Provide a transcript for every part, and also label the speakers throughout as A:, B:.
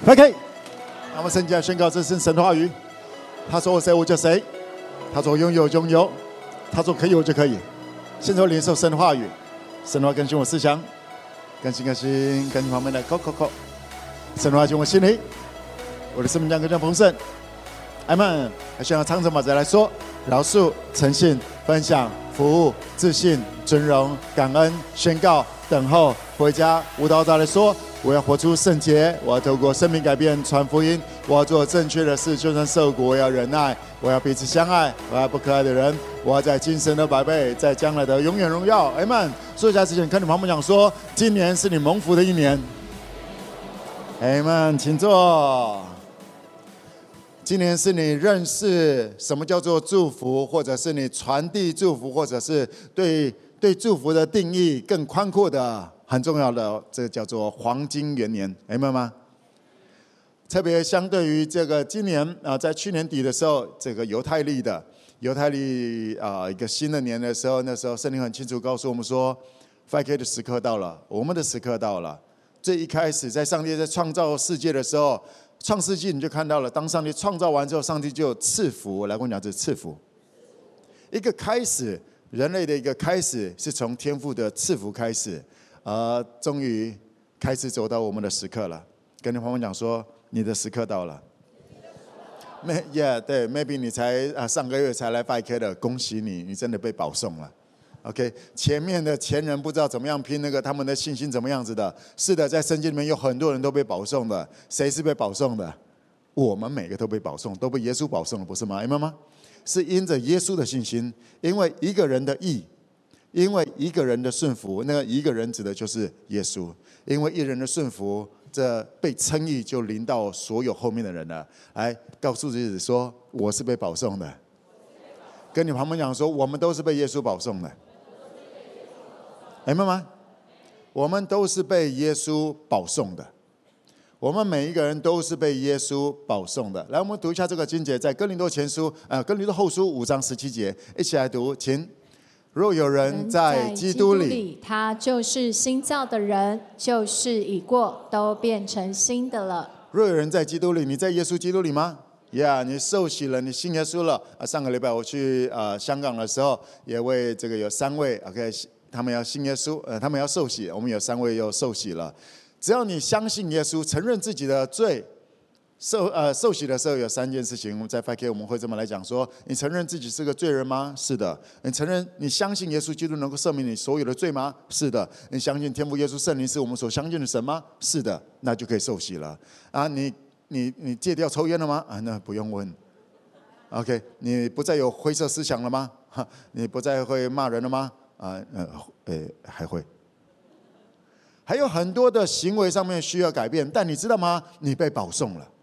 A: OK， 那么圣经宣告这是神的话语。他说我谁我就谁，他说拥有就拥有，他说可以我就可以。现在我领受神的话语，神的话更新我思想，更新旁边的口。神的话进我心里，我的生命将更加丰盛。阿们。还需要唱着马子来说：饶恕、诚信、分享、服务、自信、尊荣、感恩、宣告、等候、回家。舞蹈家来说：我要活出圣洁，我要透过生命改变传福音，我要做正确的事，就算受苦，我要忍耐，我要彼此相爱，我要不可爱的人，我要在今生的百倍，在将来的永远荣耀。阿们。说一下之前跟你旁边讲说，今年是你蒙福的一年。阿们，请坐。今年是你认识什么叫做祝福，或者是你传递祝福，或者是对祝福的定义更宽阔的很重要的，这叫做黄金元年，明白吗？特别相对于这个今年在去年底的时候，这个犹太历一个新的年的时候，那时候圣灵很清楚告诉我们说 5K 的时刻到了，我们的时刻到了。最一开始在上帝在创造世界的时候，创世纪你就看到了，当上帝创造完之后，上帝就赐福。来跟我讲，这是赐福，一个开始，人类的一个开始是从天父的赐福开始，终于开始走到我们的时刻了。跟你朋友讲说，你的时刻到了。对 ，maybe 你才上个月才来5K的，恭喜你，你真的被保送了。OK， 前面的前人不知道怎么样拼他们的信心怎么样子的。是的，在圣经里面有很多人都被保送的。谁是被保送的？我们每个都被保送，都被耶稣保送了，不是吗？明白吗？是因着耶稣的信心，因为一个人的义，因为一个人的顺服，那个一个人指的就是耶稣。因为一人的顺服，这被称义就临到所有后面的人了。来告诉自己说，我是被保送的。跟你旁边讲说，我们都是被耶稣保送的。明白吗？我们都是被耶稣保送的，我们每一个人都是被耶稣保送的。来，我们读一下这个经节，在哥林多后书5章17节，一起来读，请。若有人在基督里，
B: 他就是新造的人，旧事已过，都变成新的了。
A: 若有人在基督里，你在耶稣基督里吗？Yeah， 你受洗了，你信耶稣了。上个礼拜我去香港的时候，也为这个有3位 OK。他们要信耶稣，他们要受洗，我们有3位又受洗了。只要你相信耶稣，承认自己的罪，受洗的时候有3件事情。我们在 5K 我们会这么来讲说：你承认自己是个罪人吗？是的。你相信耶稣基督能够赦免你所有的罪吗？是的。你相信天父耶稣圣灵是我们所相信的神吗？是的。那就可以受洗了。你戒掉抽烟了吗？那不用问。OK， 你不再有灰色思想了吗？你不再会骂人了吗？还会，还有很多的行为上面需要改变，但你知道吗？你被保送了。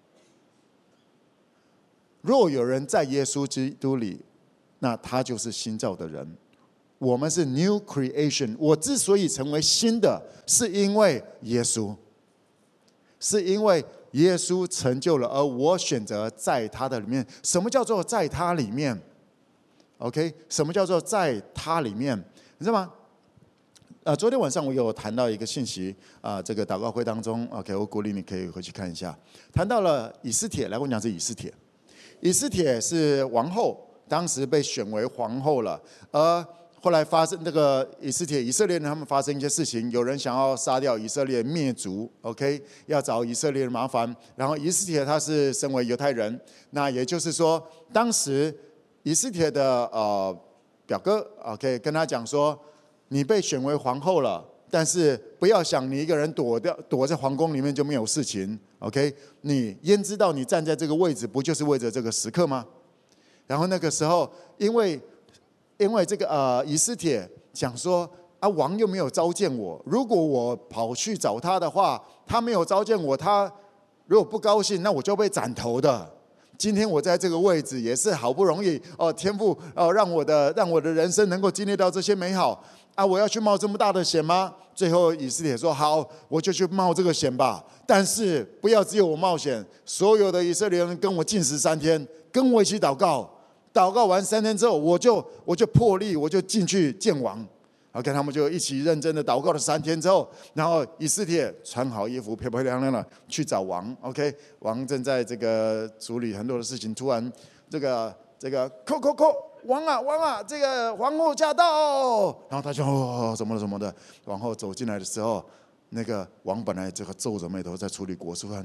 A: 若有人在耶稣基督里，那他就是新造的人。我们是 new creation。我之所以成为新的，是因为耶稣，是因为耶稣成就了，而我选择在他的里面。什么叫做在他里面？OK， 什么叫做在他里面？你知道吗？昨天晚上我有谈到一个信息这个祷告会当中 ，OK， 我鼓励你可以回去看一下。谈到了以斯帖，来跟我讲是以斯帖。以斯帖是王后，当时被选为皇后了，而后来发生这个以斯帖，以色列人他们发生一些事情，有人想要杀掉以色列灭族 ，OK， 要找以色列的麻烦。然后以斯帖他是身为犹太人，那也就是说，当时以斯帖的表哥 OK 跟他讲说，你被选为皇后了，但是不要想你一个人躲在皇宫里面就没有事情 OK， 你焉知道你站在这个位置不就是为着这个时刻吗？然后那个时候因为这个以斯帖想说王又没有召见我，如果我跑去找他的话，他没有召见我，他如果不高兴，那我就被斩头的。今天我在这个位置也是好不容易天父让我的人生能够经历到这些美好我要去冒这么大的险吗？最后以斯帖说好，我就去冒这个险吧，但是不要只有我冒险，所有的以色列人跟我禁食3天，跟我一起祷告，祷告完3天之后，我就破例，我就进去见王 OK， 他们就一起认真的祷告了3天之后，然后以斯帖穿好衣服，漂漂亮亮的去找王。OK， 王正在这个处理很多的事情，突然这个王啊，这个皇后驾到，然后他就什么什么的，王后走进来的时候，那个王本来这个皱着眉头在处理国事，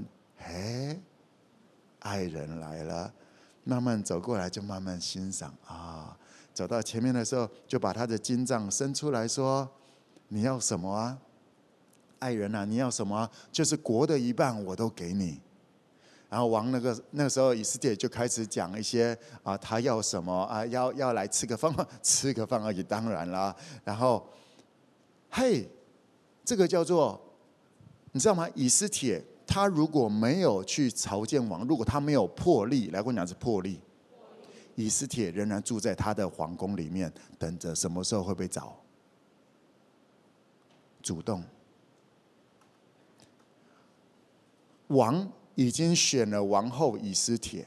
A: 爱人来了，慢慢走过来就慢慢欣赏啊。走到前面的时候，就把他的金杖伸出来说：“你要什么啊，爱人啊？你要什么啊？就是国的一半我都给你。”然后王那个时候，以斯帖就开始讲一些啊，他要什么啊，要来吃个饭而已，当然啦。然后，这个叫做你知道吗？以斯帖他如果没有去朝见王，如果他没有魄力，来跟我讲是魄力，以斯帖仍然住在他的皇宫里面，等着什么时候会被找。主动，王已经选了王后以斯帖，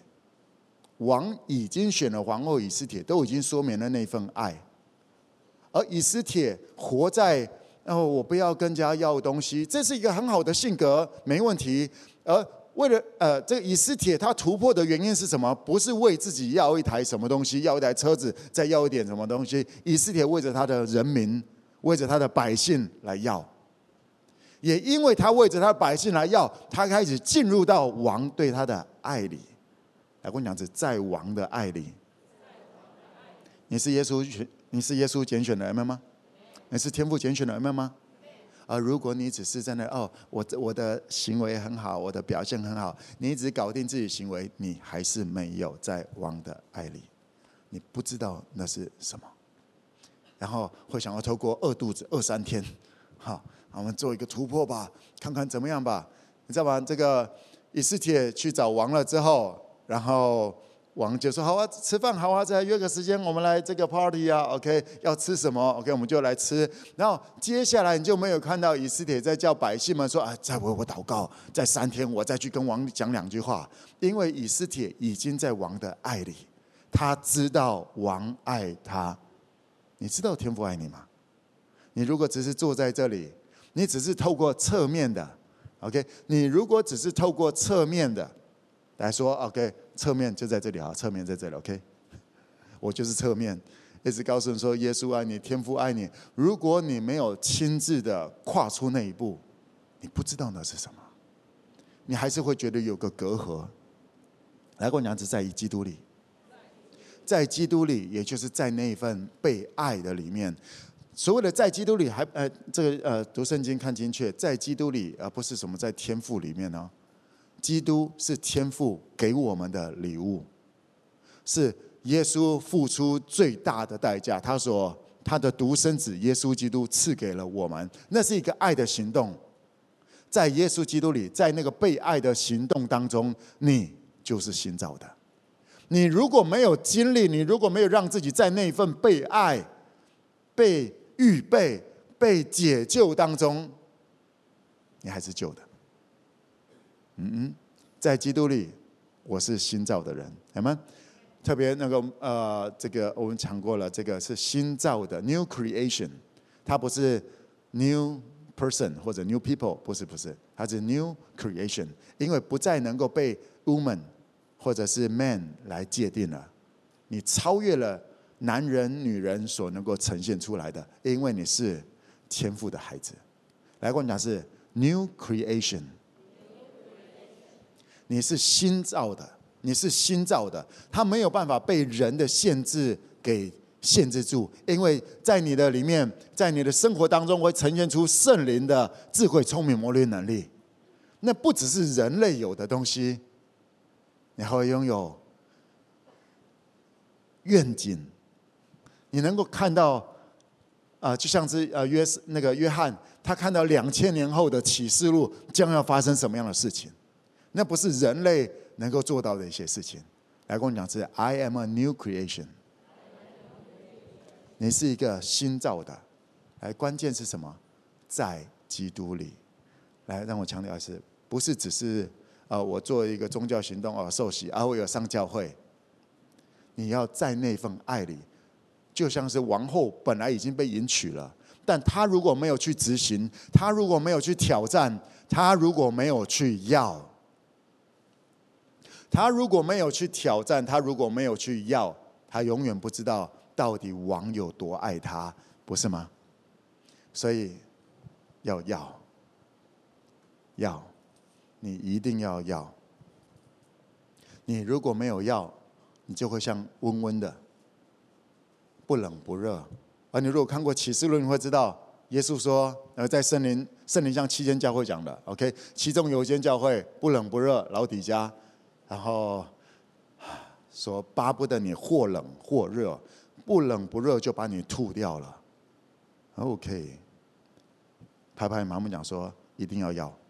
A: 都已经说明了那份爱。而以斯帖活在我不要跟人家要东西，这是一个很好的性格，没问题。而为了这个以斯帖他突破的原因是什么？不是为自己要一台什么东西，要一台车子，再要一点什么东西。以斯帖为着他的人民，为着他的百姓来要。也因为他为着他的百姓来要，他开始进入到王对他的爱里。来跟我讲，是在王的爱里。你是耶稣拣选的 M 吗？你是天父拣选的 M 吗？如果你只是在那我的行为很好，我的表现很好，你只搞定自己行为，你还是没有在王的爱里，你不知道那是什么，然后会想要透过饿肚子饿3天，好，我们做一个突破吧，看看怎么样吧，你知道吗？这个以斯帖去找王了之后，然后王就说：“好啊，吃饭好啊，再约个时间，我们来这个 party 啊 ，OK， 要吃什么 ？OK， 我们就来吃。然后接下来你就没有看到以斯帖在叫百姓们说：再为我祷告，再3天我再去跟王讲2句话。因为以斯帖已经在王的爱里，他知道王爱他。你知道天父爱你吗？你如果只是坐在这里，你只是透过侧面的 ，OK， 你如果只是透过侧面的来说 ，OK。”侧面就在这里啊，侧面在这里 ，OK， 我就是侧面，一直告诉你说耶稣爱你，天父爱你。如果你没有亲自的跨出那一步，你不知道那是什么，你还是会觉得有个隔阂。来跟我讲，是在基督里，在基督里，也就是在那一份被爱的里面。所谓的在基督里，读圣经看精确，在基督里，而不是什么在天父里面呢？基督是天父给我们的礼物，是耶稣付出最大的代价，他的独生子耶稣基督赐给了我们，那是一个爱的行动。在耶稣基督里，在那个被爱的行动当中，你就是新造的。你如果没有经历，你如果没有让自己在那份被爱、被预备、被解救当中，你还是旧的。在基督里，我是新造的人，好吗？特别这个我们讲过了，这个是新造的 new creation， 它不是 new person 或者 new people， 不是，它是 new creation， 因为不再能够被 woman 或者是 man 来界定了，你超越了男人、女人所能够呈现出来的，因为你是天父的孩子。来跟我讲是 new creation。你是新造的，它没有办法被人的限制给限制住，因为在你的里面，在你的生活当中会呈现出圣灵的智慧、聪明、谋略能力。那不只是人类有的东西，你还会拥有愿景，你能够看到就像是约翰，他看到2000年后的启示录将要发生什么样的事情。那不是人类能够做到的一些事情。来跟我讲是 I am a new creation， 你是一个新造的。来，关键是什么？在基督里。来，让我强调的是，不是只是我做一个宗教行动受洗我有上教会。你要在那份爱里，就像是王后本来已经被迎娶了， 但他如果没有去执行，他如果没有去挑战，他如果没有去要，他如果没有去挑战，他如果没有去要，他永远不知道到底王有多爱他，不是吗？所以要，你一定要要。你如果没有要，你就会像温温的，不冷不热。而你如果看过启示录，你会知道耶稣说，在圣灵向7间教会讲的 ，OK， 其中有一间教会不冷不热，老底嘉，然后说巴不得你或冷或热，不冷不热就把你吐掉了。OK， 拍拍马木讲说，一定要要，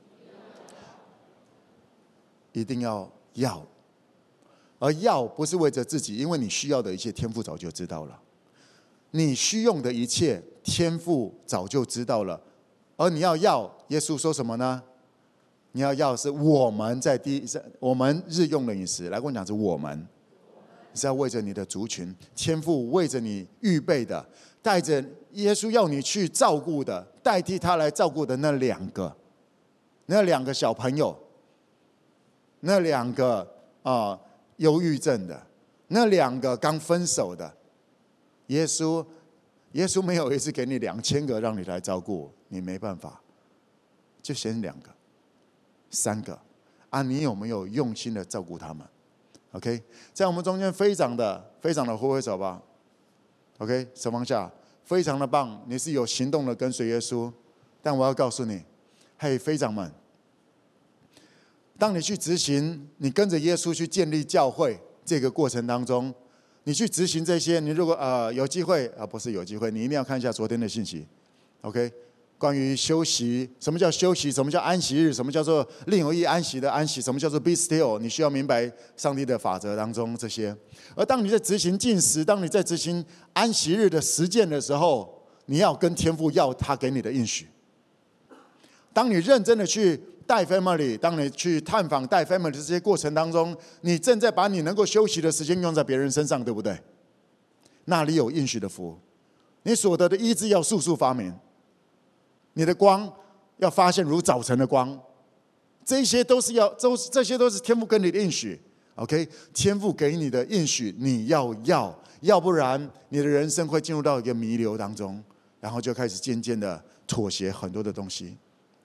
A: 一定要要，而要不是为着自己，因为你需要的一切，天父早就知道了。你需用的一切，天父早就知道了，而你要，耶稣说什么呢？你要是我们我们日用的饮食，来跟我讲是我们，是要为着你的族群，天父为着你预备的，带着耶稣要你去照顾的，代替他来照顾的那两个小朋友，那2个忧郁症的，那2个刚分手的。耶稣没有一次给你2000个让你来照顾，你没办法，就选2个、3个啊！你有没有用心的照顾他们 ？OK， 在我们中间非常的挥挥手吧 ，OK， 手放下，非常的棒，你是有行动的跟随耶稣。但我要告诉你，嘿，非长们，当你去执行，你跟着耶稣去建立教会这个过程当中。你去执行这些，你如果有机会不是有机会，你一定要看一下昨天的信息 ，OK？ 关于休息，什么叫休息？什么叫安息日？什么叫做另有一安息的安息？什么叫做 be still？ 你需要明白上帝的法则当中这些。而当你在执行禁食，当你在执行安息日的实践的时候，你要跟天父要他给你的应许。当你认真的去带 family， 当你去探访带 family 的这些过程当中，你正在把你能够休息的时间用在别人身上，对不对？那里有应许的福，你所得的医治要速速发明，你的光要发现如早晨的光，这些都是天父跟你的应许。OK， 天父给你的应许，你要不然你的人生会进入到一个弥留当中，然后就开始渐渐的妥协很多的东西。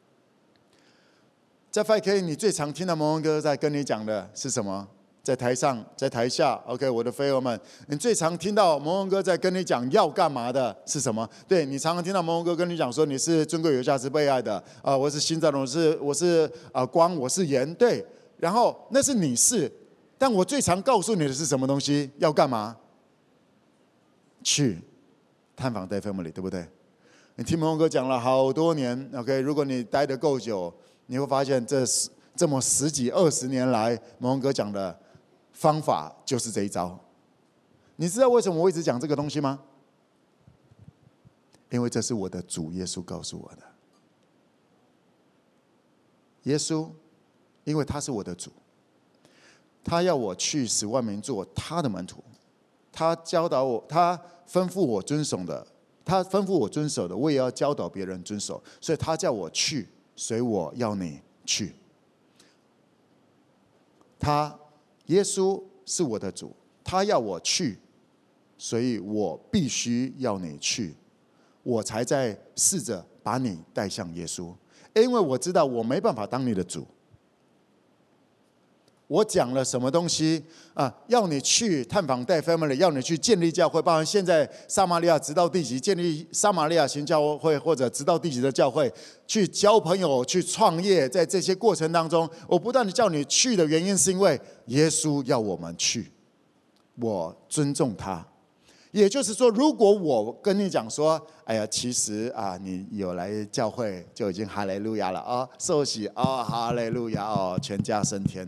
A: 在 5K， 你最常听到蒙恩哥在跟你讲的是什么？在台上，在台下 ，OK， 我的飞友们，你最常听到蒙恩哥在跟你讲要干嘛的是什么？对，你常常听到蒙恩哥跟你讲说你是尊贵有价值被爱的，我是新造的，我是光，我是盐，对，然后那是你是，但我最常告诉你的是什么东西？要干嘛？去探访带 family， 对不对？你听蒙恩哥讲了好多年 ，OK， 如果你待得够久。你会发现，这么10几20年来，蒙恩哥讲的方法就是这一招。你知道为什么我一直讲这个东西吗？因为这是我的主耶稣告诉我的。耶稣，因为他是我的主，他要我去使万民做他的门徒，他教导我，他吩咐我遵守的，我也要教导别人遵守，所以他叫我去。所以我要你去。耶稣是我的主，他要我去，所以我必须要你去，我才在试着把你带向耶稣，因为我知道我没办法当你的主。我讲了什么东西要你去探访带 family， 要你去建立教会，包含现在撒玛利亚直到地极建立撒玛利亚行教会，或者直到地极的教会，去交朋友，去创业，在这些过程当中，我不断的叫你去的原因，是因为耶稣要我们去，我尊重他。也就是说，如果我跟你讲说，哎呀，其实你有来教会就已经哈利路亚了受洗哈利路亚全家升天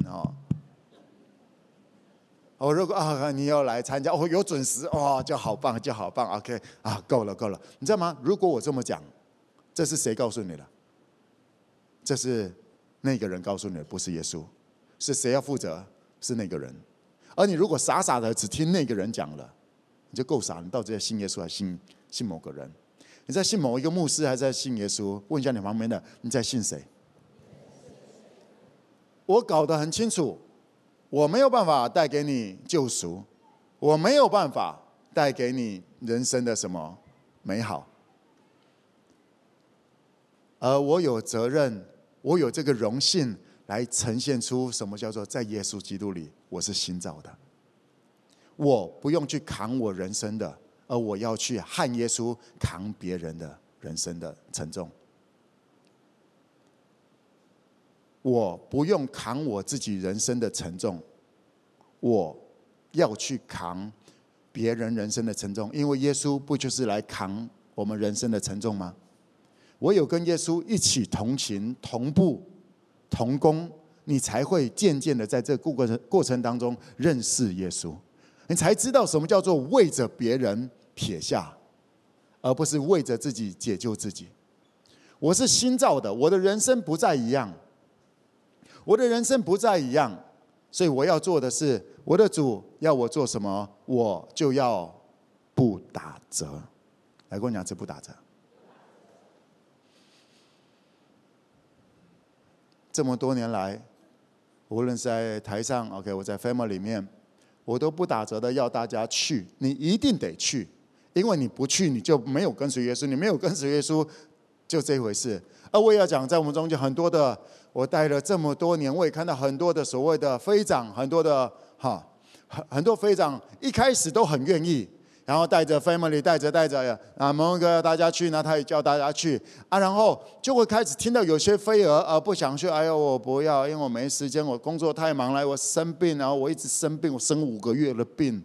A: 如果你要来参加有准时就好棒 OK 够了，你知道吗？如果我这么讲，这是谁告诉你的？这是那个人告诉你的，不是耶稣。是谁要负责？是那个人。而你如果傻傻的只听那个人讲了，你就够傻，你到底要信耶稣还是信某个人？ 你在信某一个牧师，还是在信耶稣？问一下你旁边的，你在信谁？我搞得很清楚，我没有办法带给你救赎，我没有办法带给你人生的什么美好，而我有责任，我有这个荣幸来呈现出什么叫做在耶稣基督里我是新造的。我不用去扛我人生的，而我要去和耶稣扛别人的人生的沉重。我不用扛我自己人生的沉重，我要去扛别人人生的沉重，因为耶稣不就是来扛我们人生的沉重吗？我有跟耶稣一起同行、同步、同工，你才会渐渐的在这个过程当中认识耶稣，你才知道什么叫做为着别人撇下，而不是为着自己解救自己。我是新造的，我的人生不再一样，我的人生不再一样，所以我要做的是，我的主要我做什么，我就要不打折。来跟我讲，这不打折。这么多年来，无论是在台上 ，OK， 我在 Family 里面，我都不打折的要大家去，你一定得去，因为你不去，你就没有跟随耶稣，你没有跟随耶稣，就这回事。而我也要讲，在我们中间很多的，我待了这么多年，我也看到很多的所谓的飞长，很多的很多飞长一开始都很愿意，然后带着 family 带着某一个大家去，那他也叫大家去然后就会开始听到有些飞蛾不想去，哎呦我不要，因为我没时间，我工作太忙了，我生病，然后我一直生病，我生5个月的病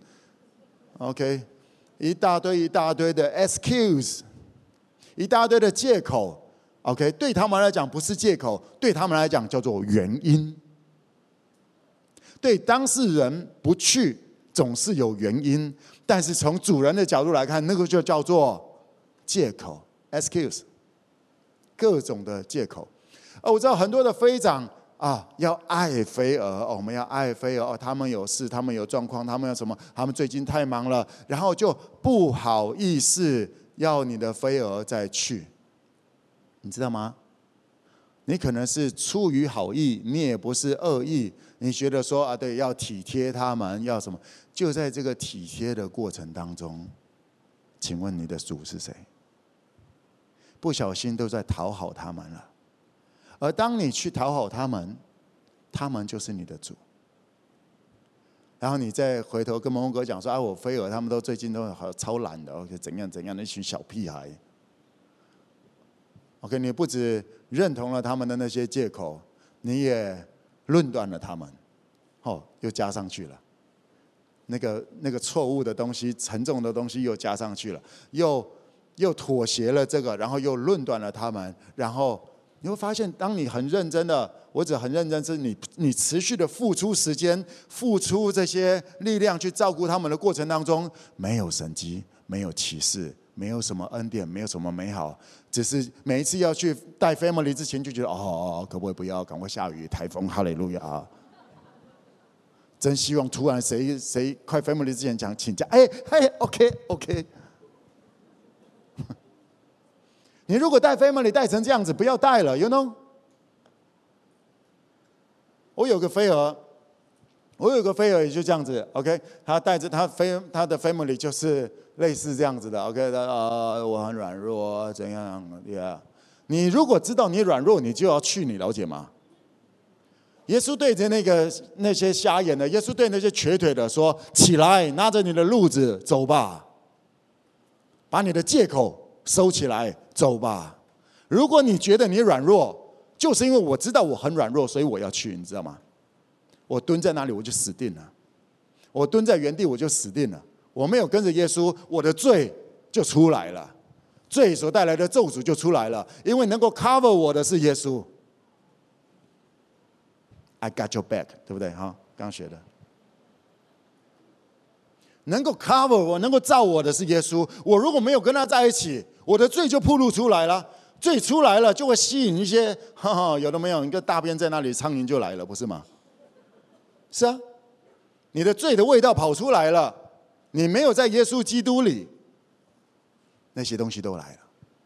A: ，OK， 一大堆的 excuse， 一大堆的借口。OK， 对他们来讲不是借口，对他们来讲叫做原因。对当事人不去总是有原因，但是从主人的角度来看，那个就叫做借口 excuse， 各种的借口。我知道很多的飞长要爱飞蛾，我们要爱飞蛾，他们有事，他们有状况，他们有什么，他们最近太忙了，然后就不好意思要你的飞蛾再去。你知道吗？你可能是出于好意，你也不是恶意，你觉得说对，要体贴他们，要什么？就在这个体贴的过程当中，请问你的主是谁？不小心都在讨好他们了，而当你去讨好他们，他们就是你的主。然后你再回头跟蒙哥讲说我飞蛾他们都最近都超懒的 ，OK， 怎样的一群小屁孩。OK， 你不只认同了他们的那些借口，你也论断了他们，又加上去了，那个错误的东西、沉重的东西又加上去了，又妥协了这个，然后又论断了他们，然后你会发现，当你很认真的，我只很认真是你持续的付出时间、付出这些力量去照顾他们的过程当中，没有神迹，没有启示。没有什么恩典，没有什么美好，只是每一次要去带 family 之前就觉得可不可以不要，赶快下雨，台风，哈利路亚！真希望突然谁快 family 之前讲请假，OK。你如果带 family 带成这样子，不要带了 ，you know？ 我有个飞蛾也就这样子 ，OK， 他带着他的 family 就是类似这样子的 ，OK， 我很软弱，怎样 ，Yeah。你如果知道你软弱，你就要去，你了解吗？耶稣对着那些瞎眼的，耶稣对那些瘸腿的说：“起来，拿着你的褥子走吧，把你的借口收起来，走吧。如果你觉得你软弱，就是因为我知道我很软弱，所以我要去，你知道吗？我蹲在那里我就死定了，我蹲在原地我就死定了。我没有跟着耶稣，我的罪就出来了，罪所带来的咒诅就出来了，因为能够 cover 我的是耶稣。I got your back， 对不对？刚学的，能够 cover 我、能够罩我的是耶稣。我如果没有跟他在一起，我的罪就暴露出来了。罪出来了，就会吸引一些有的没有，一个大便在那里，苍蝇就来了，不是吗？是啊，你的罪的味道跑出来了，你没有在耶稣基督里，那些东西都来了。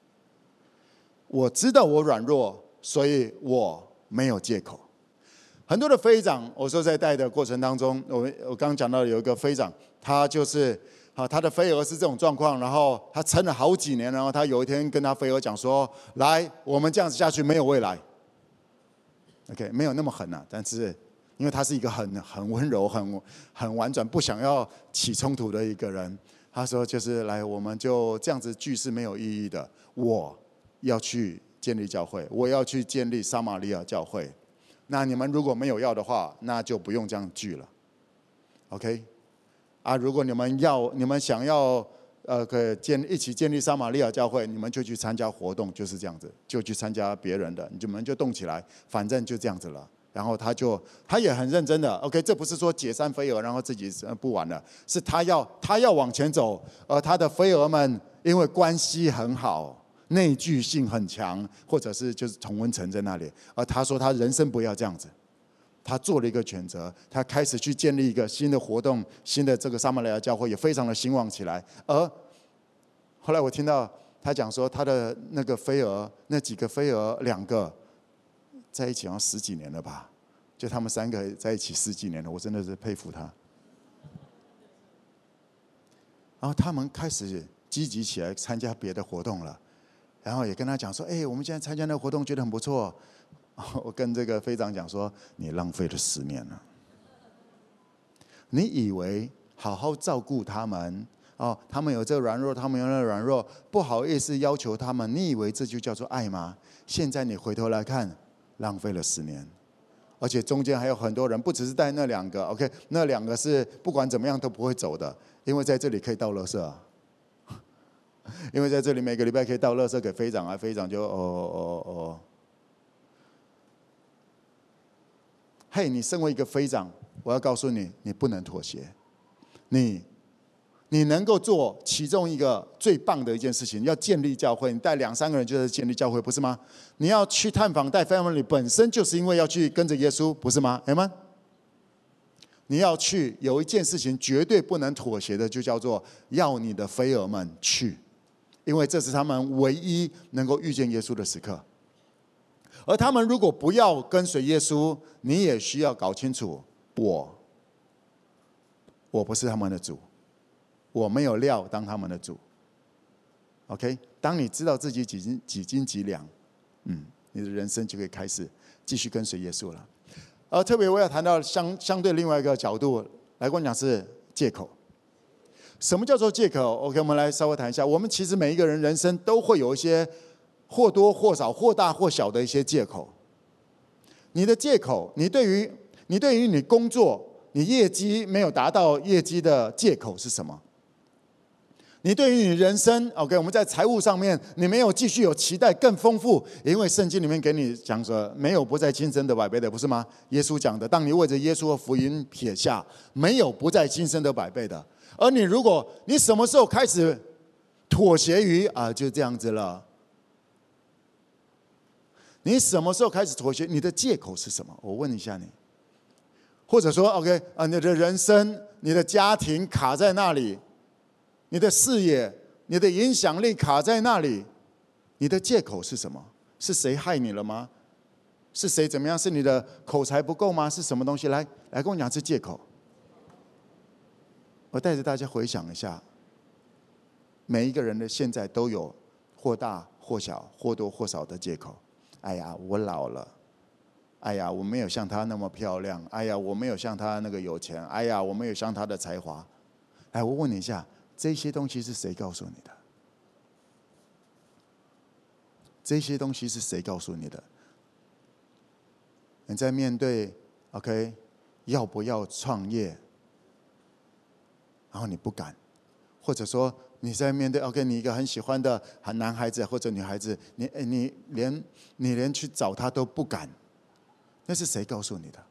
A: 我知道我软弱，所以我没有借口。很多的飞长，我说在带的过程当中，我刚刚讲到有一个飞长，他就是他的飞蛾是这种状况，然后他撑了好几年，然后他有一天跟他飞蛾讲说：“来，我们这样子下去没有未来。” OK， 没有那么狠啊，但是因为他是一个很温柔、很婉转、不想要起冲突的一个人，他说就是来，我们就这样子聚是没有意义的。我要去建立教会，我要去建立撒玛利亚教会。那你们如果没有要的话，那就不用这样聚了。OK， 如果你们想要一起建立撒玛利亚教会，你们就去参加活动，就是这样子，就去参加别人的，你们就动起来，反正就这样子了。然后他也很认真的 ，OK， 这不是说解散飞蛾，然后自己不玩了，是他要往前走，而他的飞蛾们因为关系很好。内聚性很强，或者是就是同温层在那里，而他说他人生不要这样子，他做了一个选择，他开始去建立一个新的活动，新的这个撒玛利亚教会也非常的兴旺起来。而后来我听到他讲说，他的那个飞蛾，那几个飞蛾2个在一起好像10几年了吧，就他们3个在一起10几年了，我真的是佩服他。然后他们开始积极起来参加别的活动了。然后也跟他讲说，我们现在参加那个活动觉得很不错。我跟这个飞长讲说，你浪费了10年了。你以为好好照顾他们，他们有这个软弱，他们有那个软弱，不好意思要求他们，你以为这就叫做爱吗？现在你回头来看，浪费了10年，而且中间还有很多人，不只是带那2个 ，OK， 那2个是不管怎么样都不会走的，因为在这里可以倒垃圾啊。因为在这里每个礼拜可以倒垃圾给飞长，飞长就嘿，你身为一个飞长，我要告诉你，你不能妥协。你能够做其中一个最棒的一件事情，要建立教会。你带2-3个人就是建立教会，不是吗？你要去探访带 family， 本身就是因为要去跟着耶稣，不是吗？ Amen。你要去有一件事情绝对不能妥协的，就叫做要你的飞蛾们去。因为这是他们唯一能够遇见耶稣的时刻，而他们如果不要跟随耶稣，你也需要搞清楚，我不是他们的主，我没有料当他们的主。OK， 当你知道自己几斤几两，你的人生就可以开始继续跟随耶稣了。特别我要谈到相对另外一个角度来跟我讲是借口。什么叫做借口 ？OK， 我们来稍微谈一下。我们其实每一个人人生都会有一些或多或少、或大或小的一些借口。你的借口，你对于你工作、你业绩没有达到业绩的借口是什么？你对于你人生 ，OK， 我们在财务上面，你没有继续有期待更丰富，因为圣经里面给你讲说，没有不在今生得百倍的，不是吗？耶稣讲的，当你为着耶稣的福音撇下，没有不在今生得百倍的。而如果你什么时候开始妥协于就这样子了？你什么时候开始妥协？你的借口是什么？我问一下你。或者说 ，OK， 你的人生、你的家庭卡在那里，你的事业、你的影响力卡在那里，你的借口是什么？是谁害你了吗？是谁怎么样？是你的口才不够吗？是什么东西？来跟我讲是借口。我带着大家回想一下，每一个人的现在都有或大或小、或多或少的借口。哎呀，我老了。哎呀，我没有像他那么漂亮。哎呀，我没有像他那个有钱。哎呀，我没有像他的才华。我问你一下，这些东西是谁告诉你的？这些东西是谁告诉你的？你在面对 OK 要不要创业？然后你不敢，或者说你在面对 OK， 你一个很喜欢的男孩子或者女孩子，你连去找他都不敢，那是谁告诉你的？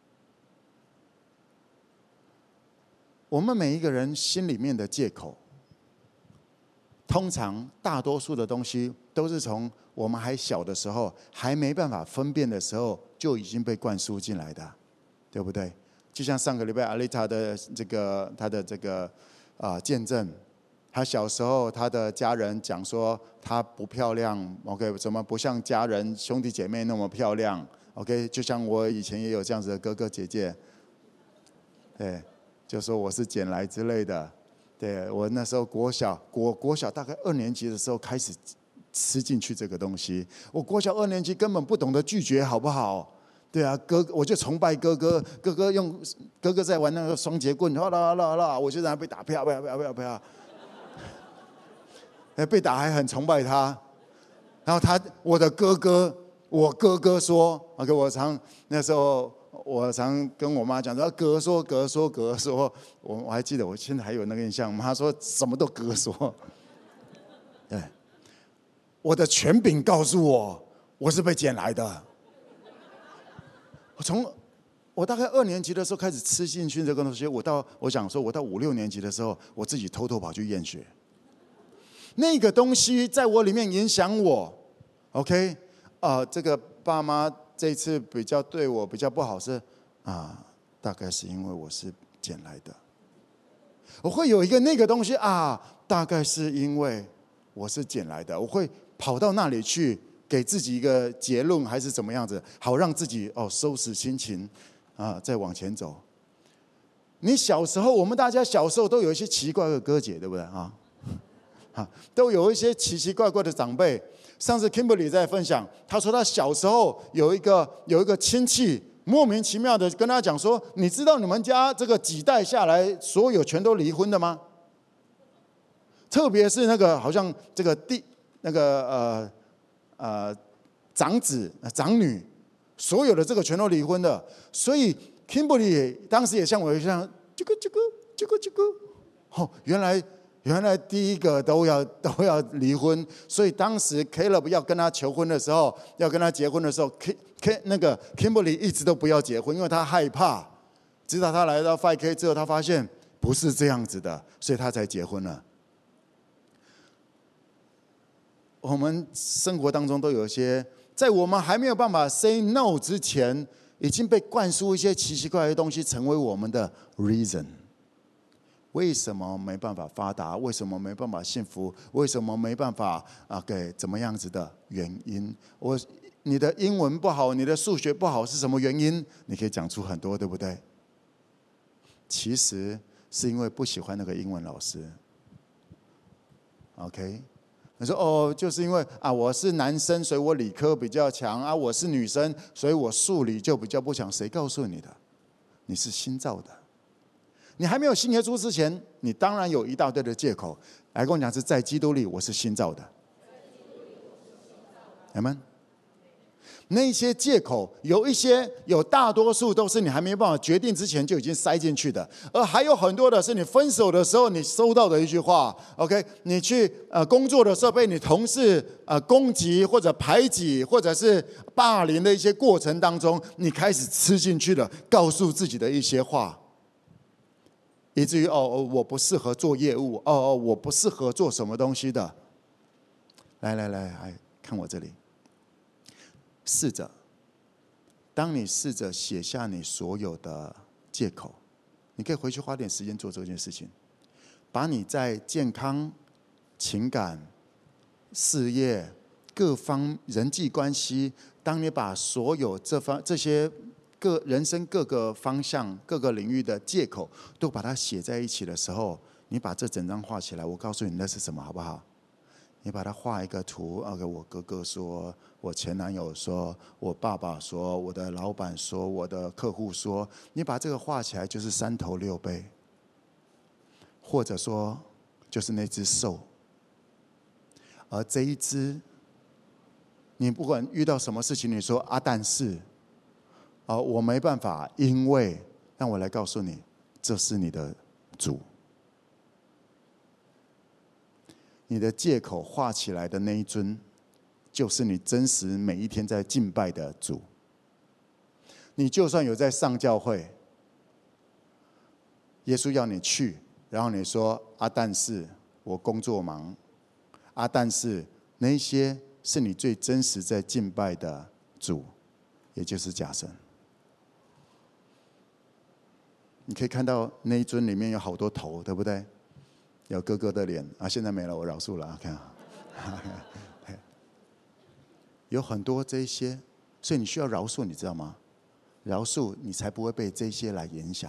A: 我们每一个人心里面的借口，通常大多数的东西都是从我们还小的时候，还没办法分辨的时候，就已经被灌输进来的，对不对？就像上个礼拜阿丽塔的他的这个见证， 他小时候他的家人讲说他不漂亮 ，OK， 怎么不像家人兄弟姐妹那么漂亮 ，OK， 就像我以前也有这样子的哥哥姐姐，对，就说我是捡来之类的。对，我那时候国小大概2年级的时候开始吃进去这个东西。我国小2年级根本不懂得拒绝，好不好？对啊，我就崇拜哥哥在玩那个双节棍，啦，我就在那被打，不要，被打还很崇拜他。然后我哥哥说 ，OK， 那时候我常跟我妈讲说，哥说，我还记得，我现在还有那个印象。妈说什么都哥说，对，我的权柄告诉我是被捡来的。我大概2年级的时候开始吃进去这个东西，我想说，我到5、6年级的时候，我自己偷偷跑去验血。那个东西在我里面影响我 ，OK， 这个爸妈这一次对我比较不好是大概是因为我是捡来的。我会有一个那个东西大概是因为我是捡来的，我会跑到那里去给自己一个结论，还是怎么样子，好让自己收拾心情再往前走。你小时候，我们大家小时候都有一些奇怪的哥姐，对不对都有一些奇奇怪怪的长辈。上次 Kimberly 在分享，他说他小时候有一个亲戚莫名其妙的跟他讲说：“你知道你们家这个几代下来，所有全都离婚的吗？特别是那个好像这个长子长女，所有的这个全都离婚的。所以 Kimberly 当时也像我一样，这个，原来第一个都要离婚，所以当时 Caleb 要跟他求婚的时候，要跟他结婚的时候，那个 Kimberly 一直都不要结婚，因为他害怕。直到他来到 5K 之后，他发现不是这样子的，所以他才结婚了。我们生活当中都有一些，在我们还没有办法 say no 之前，已经被灌输一些奇奇怪怪的东西，成为我们的 reason。为什么没办法发达？为什么没办法幸福？为什么没办法给怎么样子的原因？你的英文不好，你的数学不好是什么原因？你可以讲出很多，对不对？其实是因为不喜欢那个英文老师。OK， 你说就是因为我是男生，所以我理科比较强我是女生，所以我数理就比较不强。谁告诉你的？你是新造的。你还没有信耶稣之前，你当然有一大堆的借口来跟我讲是在基督里我是新造的。Amen。那些借口有大多数都是你还没办法决定之前就已经塞进去的，而还有很多的是你分手的时候你收到的一句话。OK， 你去工作的时候被你同事攻击或者排挤或者是霸凌的一些过程当中，你开始吃进去了，告诉自己的一些话。以至于我不适合做业务，我不适合做什么东西的。来，看我这里。试着，当你试着写下你所有的借口，你可以回去花点时间做这件事情，把你在健康、情感、事业各方人际关系，当你把所有这些人生各个方向、各个领域的借口都把它写在一起的时候，你把这整张画起来，我告诉你那是什么，好不好？你把它画一个图，给我哥哥说，我前男友说，我爸爸说，我的老板说，我的客户说，你把这个画起来就是3头6臂，或者说就是那只兽，而这一只，你不管遇到什么事情，你说但是。我没办法，因为让我来告诉你，这是你的主。你的借口画起来的那一尊，就是你真实每一天在敬拜的主。你就算有在上教会，耶稣要你去，然后你说但是我工作忙，但是那些是你最真实在敬拜的主，也就是假神。你可以看到那一尊里面有好多头，对不对？ 有哥哥的脸啊，现在没了，我饶恕了。看，有很多这一些，所以你需要饶恕，你知道吗？饶恕你才不会被这些来影响。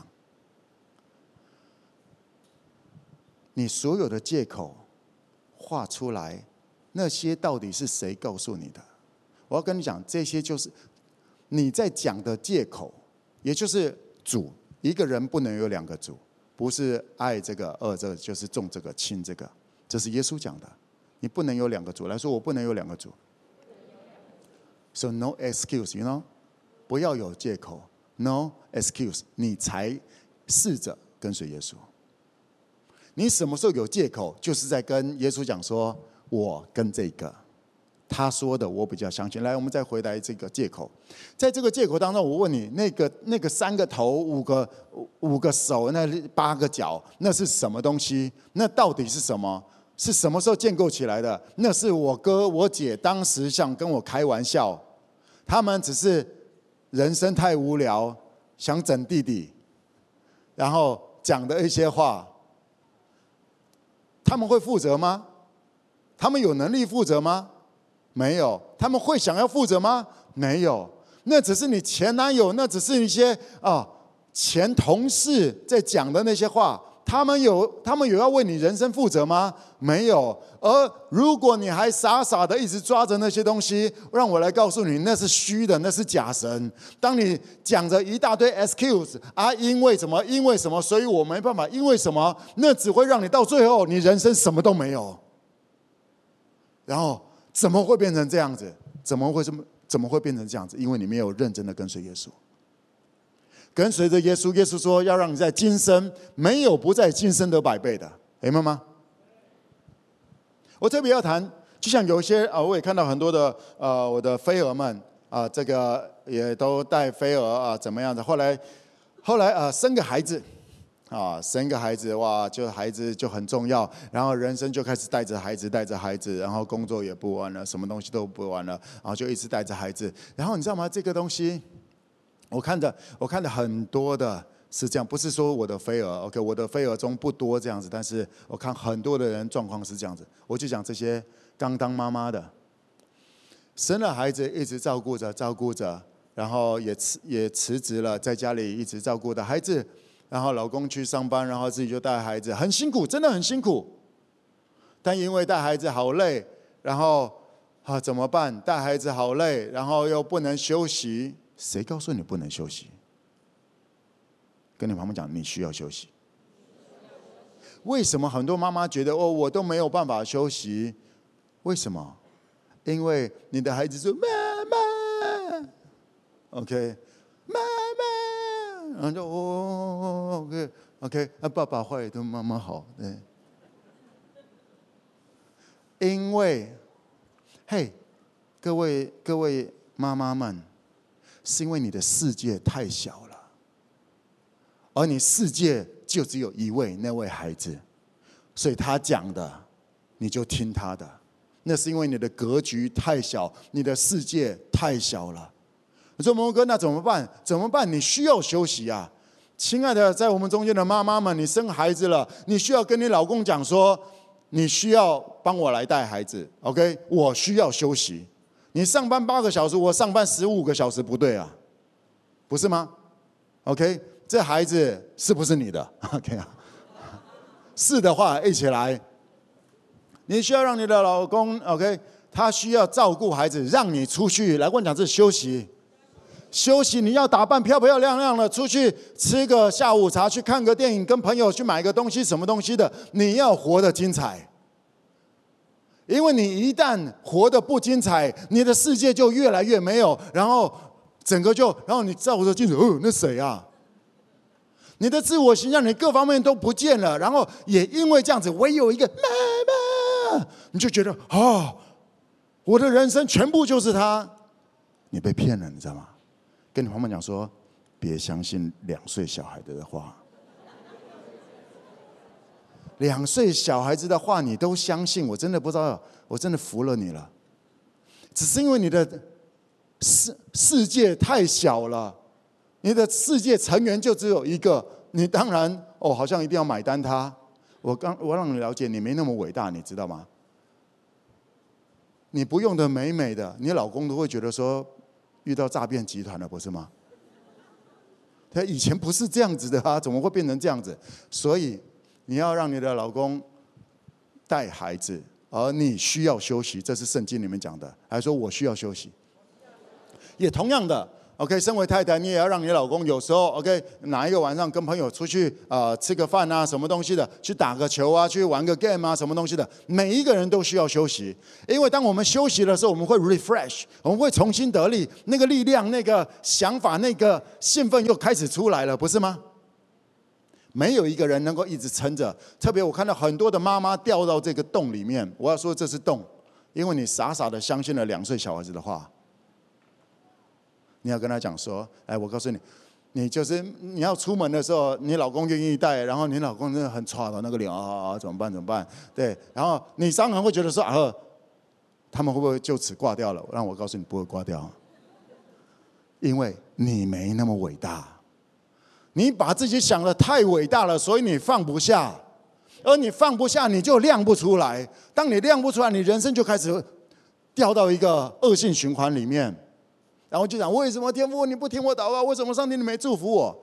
A: 你所有的借口画出来，那些到底是谁告诉你的？我要跟你讲，这些就是你在讲的借口，也就是主。一个人不能有两个主，不是爱这个恶这个，就是重这个轻这个，这是耶稣讲的。你不能有两个主，来说我不能有两个主。So no excuse, you know， 不要有借口 ，no excuse， 你才试着跟随耶稣。你什么时候有借口，就是在跟耶稣讲说，我跟这个他说的我比较相信。来，我们再回来这个借口，在这个借口当中，我问你，那个3个头、5个手、那8个脚，那是什么东西？那到底是什么？是什么时候建构起来的？那是我哥我姐当时想跟我开玩笑，他们只是人生太无聊，想整弟弟，然后讲的一些话。他们会负责吗？他们有能力负责吗？没有。他们会想要负责吗？没有。那只是你前男友，那只是一些前同事在讲的那些话。他们有要为你人生负责吗？没有。而如果你还傻傻的一直抓着那些东西，让我来告诉你，那是虚的，那是假神。当你讲着一大堆 excuse 啊，因为什么，因为什么，所以我没办法，因为什么，那只会让你到最后，你人生什么都没有。然后怎么会变成这样子？怎么会变成这样子？因为你没有认真的跟随耶稣。跟随着耶稣，耶稣说要让你在今生没有不在今生得100倍的，明白吗？我特别要谈，就像有一些我也看到很多的我的飞蛾们这个也都带飞蛾怎么样的？后来生个孩子生个孩子哇，就孩子就很重要，然后人生就开始带着孩子，然后工作也不完了，什么东西都不完了，然后就一直带着孩子，然后你知道吗？这个东西。我看的很多的是这样，不是说我的飞蛾 ，OK， 我的飞蛾中不多这样子，但是我看很多的人状况是这样子。我就讲这些刚当妈妈的，生了孩子一直照顾着，然后也辞职了，在家里一直照顾的孩子，然后老公去上班，然后自己就带孩子，很辛苦，真的很辛苦。但因为带孩子好累，然后怎么办？带孩子好累，然后又不能休息。谁告诉你不能休息？跟你旁边讲，你需要休息。为什么很多妈妈觉得我都没有办法休息？为什么？因为你的孩子说妈妈 ，OK， 妈妈，然后就OK， 爸爸坏都妈妈好，对。因为，各位妈妈们。是因为你的世界太小了，而你世界就只有一位，那位孩子，所以他讲的你就听他的。那是因为你的格局太小，你的世界太小了。你说蒙哥，那怎么办？怎么办？你需要休息啊，亲爱的，在我们中间的妈妈们，你生孩子了，你需要跟你老公讲说，你需要帮我来带孩子 ，OK？ 我需要休息。你上班8个小时，我上班15个小时，不对啊，不是吗 ？OK， 这孩子是不是你的 ？OK 啊，是的话，一起来。你需要让你的老公 OK， 他需要照顾孩子，让你出去来。我讲这休息，你要打扮漂漂亮亮的出去吃个下午茶，去看个电影，跟朋友去买个东西，什么东西的，你要活得精彩。因为你一旦活得不精彩，你的世界就越来越没有，然后你照着镜子，那谁啊？你的自我形象，你各方面都不见了，然后也因为这样子，唯有一个妈妈，你就觉得我的人生全部就是他，你被骗了，你知道吗？跟你旁边讲说，别相信2岁小孩的话。2岁小孩子的话你都相信，我真的不知道，我真的服了你了。只是因为你的世界太小了，你的世界成员就只有一个，你当然好像一定要买单他。 我让你了解，你没那么伟大，你知道吗？你不用的美美的，你老公都会觉得说遇到诈骗集团了，不是吗？他以前不是这样子的啊，怎么会变成这样子？所以你要让你的老公带孩子，而你需要休息，这是圣经里面讲的。还说我需要休息，也同样的。OK， 身为太太，你也要让你老公有时候 OK 哪一个晚上跟朋友出去吃个饭啊，什么东西的，去打个球啊，去玩个 game 啊，什么东西的，每一个人都需要休息，因为当我们休息的时候，我们会 refresh， 我们会重新得力，那个力量、那个想法、那个兴奋又开始出来了，不是吗？没有一个人能够一直撑着，特别我看到很多的妈妈掉到这个洞里面，我要说这是洞，因为你傻傻的相信了2岁小孩子的话。你要跟他讲说，哎，我告诉你，你要出门的时候，你老公愿意带，然后你老公真的很差的那个脸怎么办？对，然后你当然会觉得说他们会不会就此挂掉了？让我告诉你，不会挂掉，因为你没那么伟大，你把自己想得太伟大了，所以你放不下，而你放不下，你就亮不出来。当你亮不出来，你人生就开始掉到一个恶性循环里面。然后就讲，为什么天父你不听我祷告？为什么上帝你没祝福我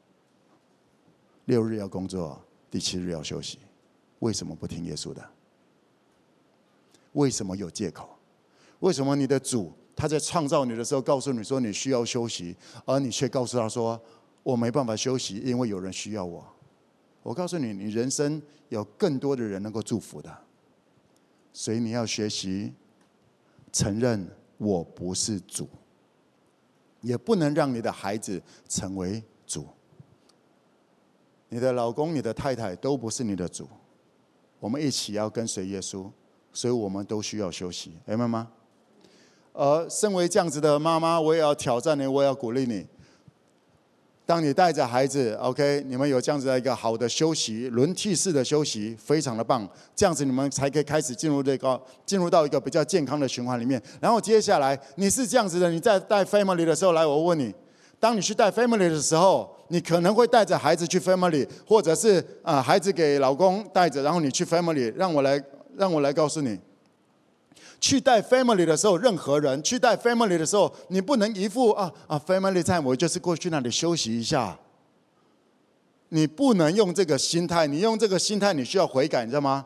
A: ？6日要工作，第7日要休息，为什么不听耶稣的？为什么有借口？为什么你的主他在创造你的时候告诉你说你需要休息，而你却告诉他说我没办法休息，因为有人需要我？我告诉你，你人生有更多的人能够祝福的，所以你要学习承认我不是主。也不能让你的孩子成为主，你的老公、你的太太都不是你的主。我们一起要跟随耶稣，所以我们都需要休息，明白吗？而身为这样子的妈妈，我也要挑战你，我也要鼓励你。当你带着孩子 ，OK， 你们有这样子的一个好的休息，轮替式的休息，非常的棒。这样子你们才可以开始进入到一个比较健康的循环里面。然后接下来你是这样子的，你在带 family 的时候，来，我问你，当你去带 family 的时候，你可能会带着孩子去 family， 或者是孩子给老公带着，然后你去 family。让我来告诉你。去带 family 的时候，任何人去带 family 的时候，你不能一副family time， 我就是过去那里休息一下。你不能用这个心态，你用这个心态，你需要悔改，你知道吗？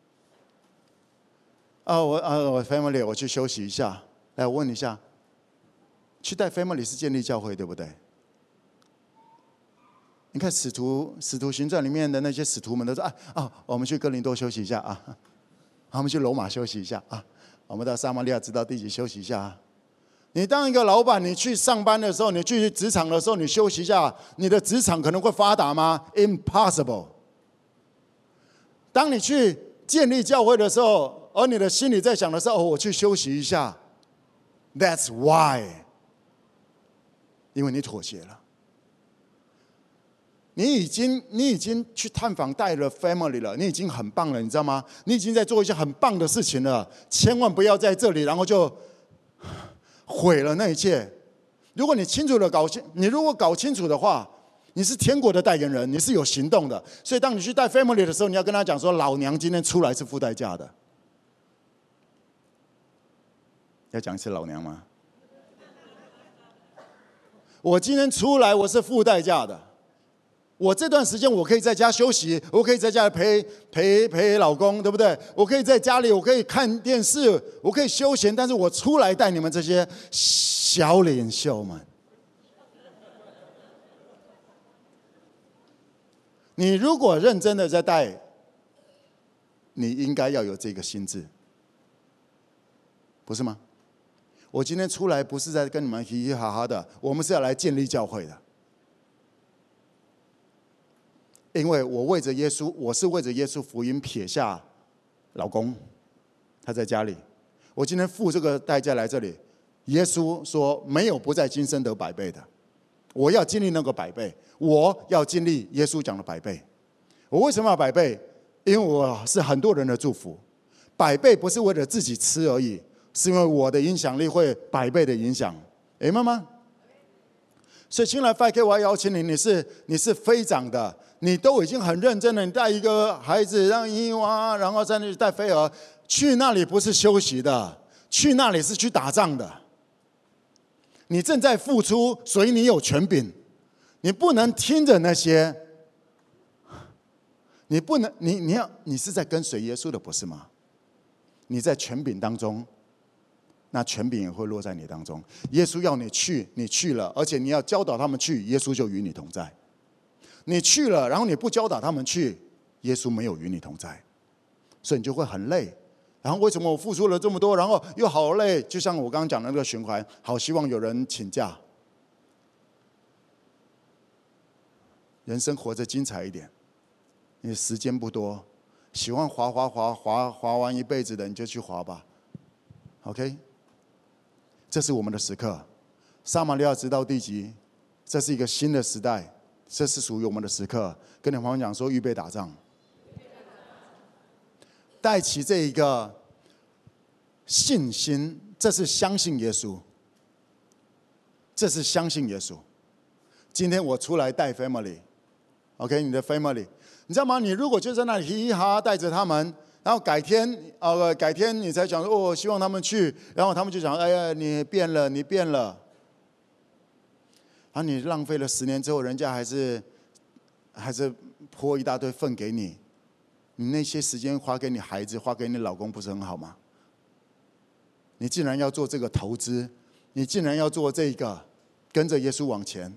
A: 我 family， 我去休息一下。来，我问你一下，去带 family 是建立教会，对不对？你看使徒行传里面的那些使徒们都说我们去哥林多休息一下啊，我们去罗马休息一下啊。我们到撒玛利亚直到地极休息一下。你当一个老板，你去上班的时候，你去职场的时候，你休息一下，你的职场可能会发达吗 ？Impossible。当你去建立教会的时候，而你的心里在想的是我去休息一下 ，That's why， 因为你妥协了。你已经去探访带了 family 了，你已经很棒了，你知道吗？你已经在做一些很棒的事情了，千万不要在这里，然后就毁了那一切。如果你如果搞清楚的话，你是天国的代言人，你是有行动的。所以当你去带 family 的时候，你要跟他讲说，老娘今天出来是付代价的。要讲一次老娘吗？我今天出来我是付代价的。我这段时间我可以在家休息，我可以在家陪老公，对不对？我可以在家里，我可以看电视，我可以休闲，但是我出来带你们这些小领袖们。你如果认真的在带，你应该要有这个心智，不是吗？我今天出来不是在跟你们嘻嘻哈哈的，我们是要来建立教会的。因为我为着耶稣，我是为着耶稣福音撇下老公，他在家里。我今天付这个代价来这里，耶稣说没有不在今生得100倍的，我要经历那个100倍，我要经历耶稣讲的100倍。我为什么要100倍？因为我是很多人的祝福。100倍不是为了自己吃而已，是因为我的影响力会100倍的影响，明白吗？ 所以，亲爱的 5K， 我要邀请你，你是飞长的，你都已经很认真了。你带一个孩子让婴娃，然后在那里带飞蛾，去那里不是休息的，去那里是去打仗的。你正在付出，所以你有权柄。你不能听着那些，你不能，你是在跟随耶稣的，不是吗？你在权柄当中。那权柄也会落在你当中。耶稣要你去，你去了，而且你要教导他们去，耶稣就与你同在。你去了，然后你不教导他们去，耶稣没有与你同在，所以你就会很累。然后为什么我付出了这么多，然后又好累？就像我刚刚讲的那个循环，好希望有人请假。人生活着精彩一点，你时间不多，喜欢滑完一辈子的，你就去滑吧。OK。这是我们的时刻，撒玛利亚直到地极，这是一个新的时代，这是属于我们的时刻。跟你朋友讲说，预备打仗，带起这一个信心，这是相信耶稣，这是相信耶稣。今天我出来带 family，OK， 你的 family， 你知道吗？你如果就在那里嘻嘻哈哈带着他们。然后改天你才讲说希望他们去，然后他们就讲，哎呀，你变了。然后你浪费了10年之后，人家还是泼一大堆粪给你，你那些时间花给你孩子，花给你老公，不是很好吗？你竟然要做这个投资，你竟然要做这个，跟着耶稣往前，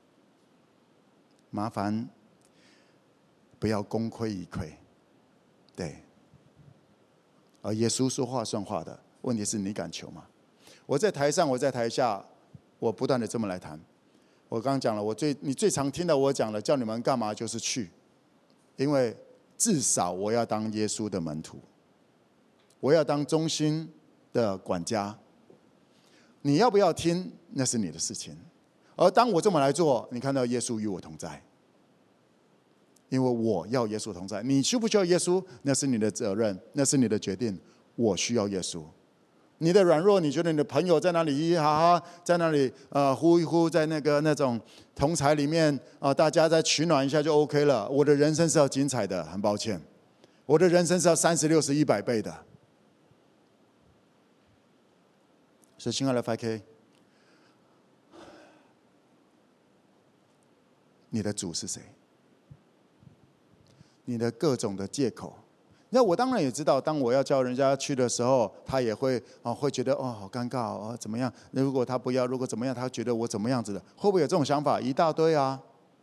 A: 麻烦不要功亏一篑，对。而耶稣说话算话的，问题是你敢求吗？我在台上，我在台下，我不断的这么来谈。我刚刚讲了，你最常听到我讲的，叫你们干嘛就是去，因为至少我要当耶稣的门徒，我要当中心的管家。你要不要听，那是你的事情。而当我这么来做，你看到耶稣与我同在。因为我要耶稣同在，你需不需要耶稣？那是你的责任，那是你的决定。我需要耶稣。你的软弱，你觉得你的朋友在那里嘻嘻哈哈，在那里呼一呼，在那种同侪里面大家再取暖一下就 OK 了。我的人生是要精彩的，很抱歉，我的人生是要30、60、100倍的。所以，亲爱的 5K， 你的主是谁？你的各种的借口，那我当然也知道，当我要叫人家去的时候，他也会觉得好尴尬怎么样？如果他不要，如果怎么样，他觉得我怎么样子的，会不会有这种想法？一大堆啊。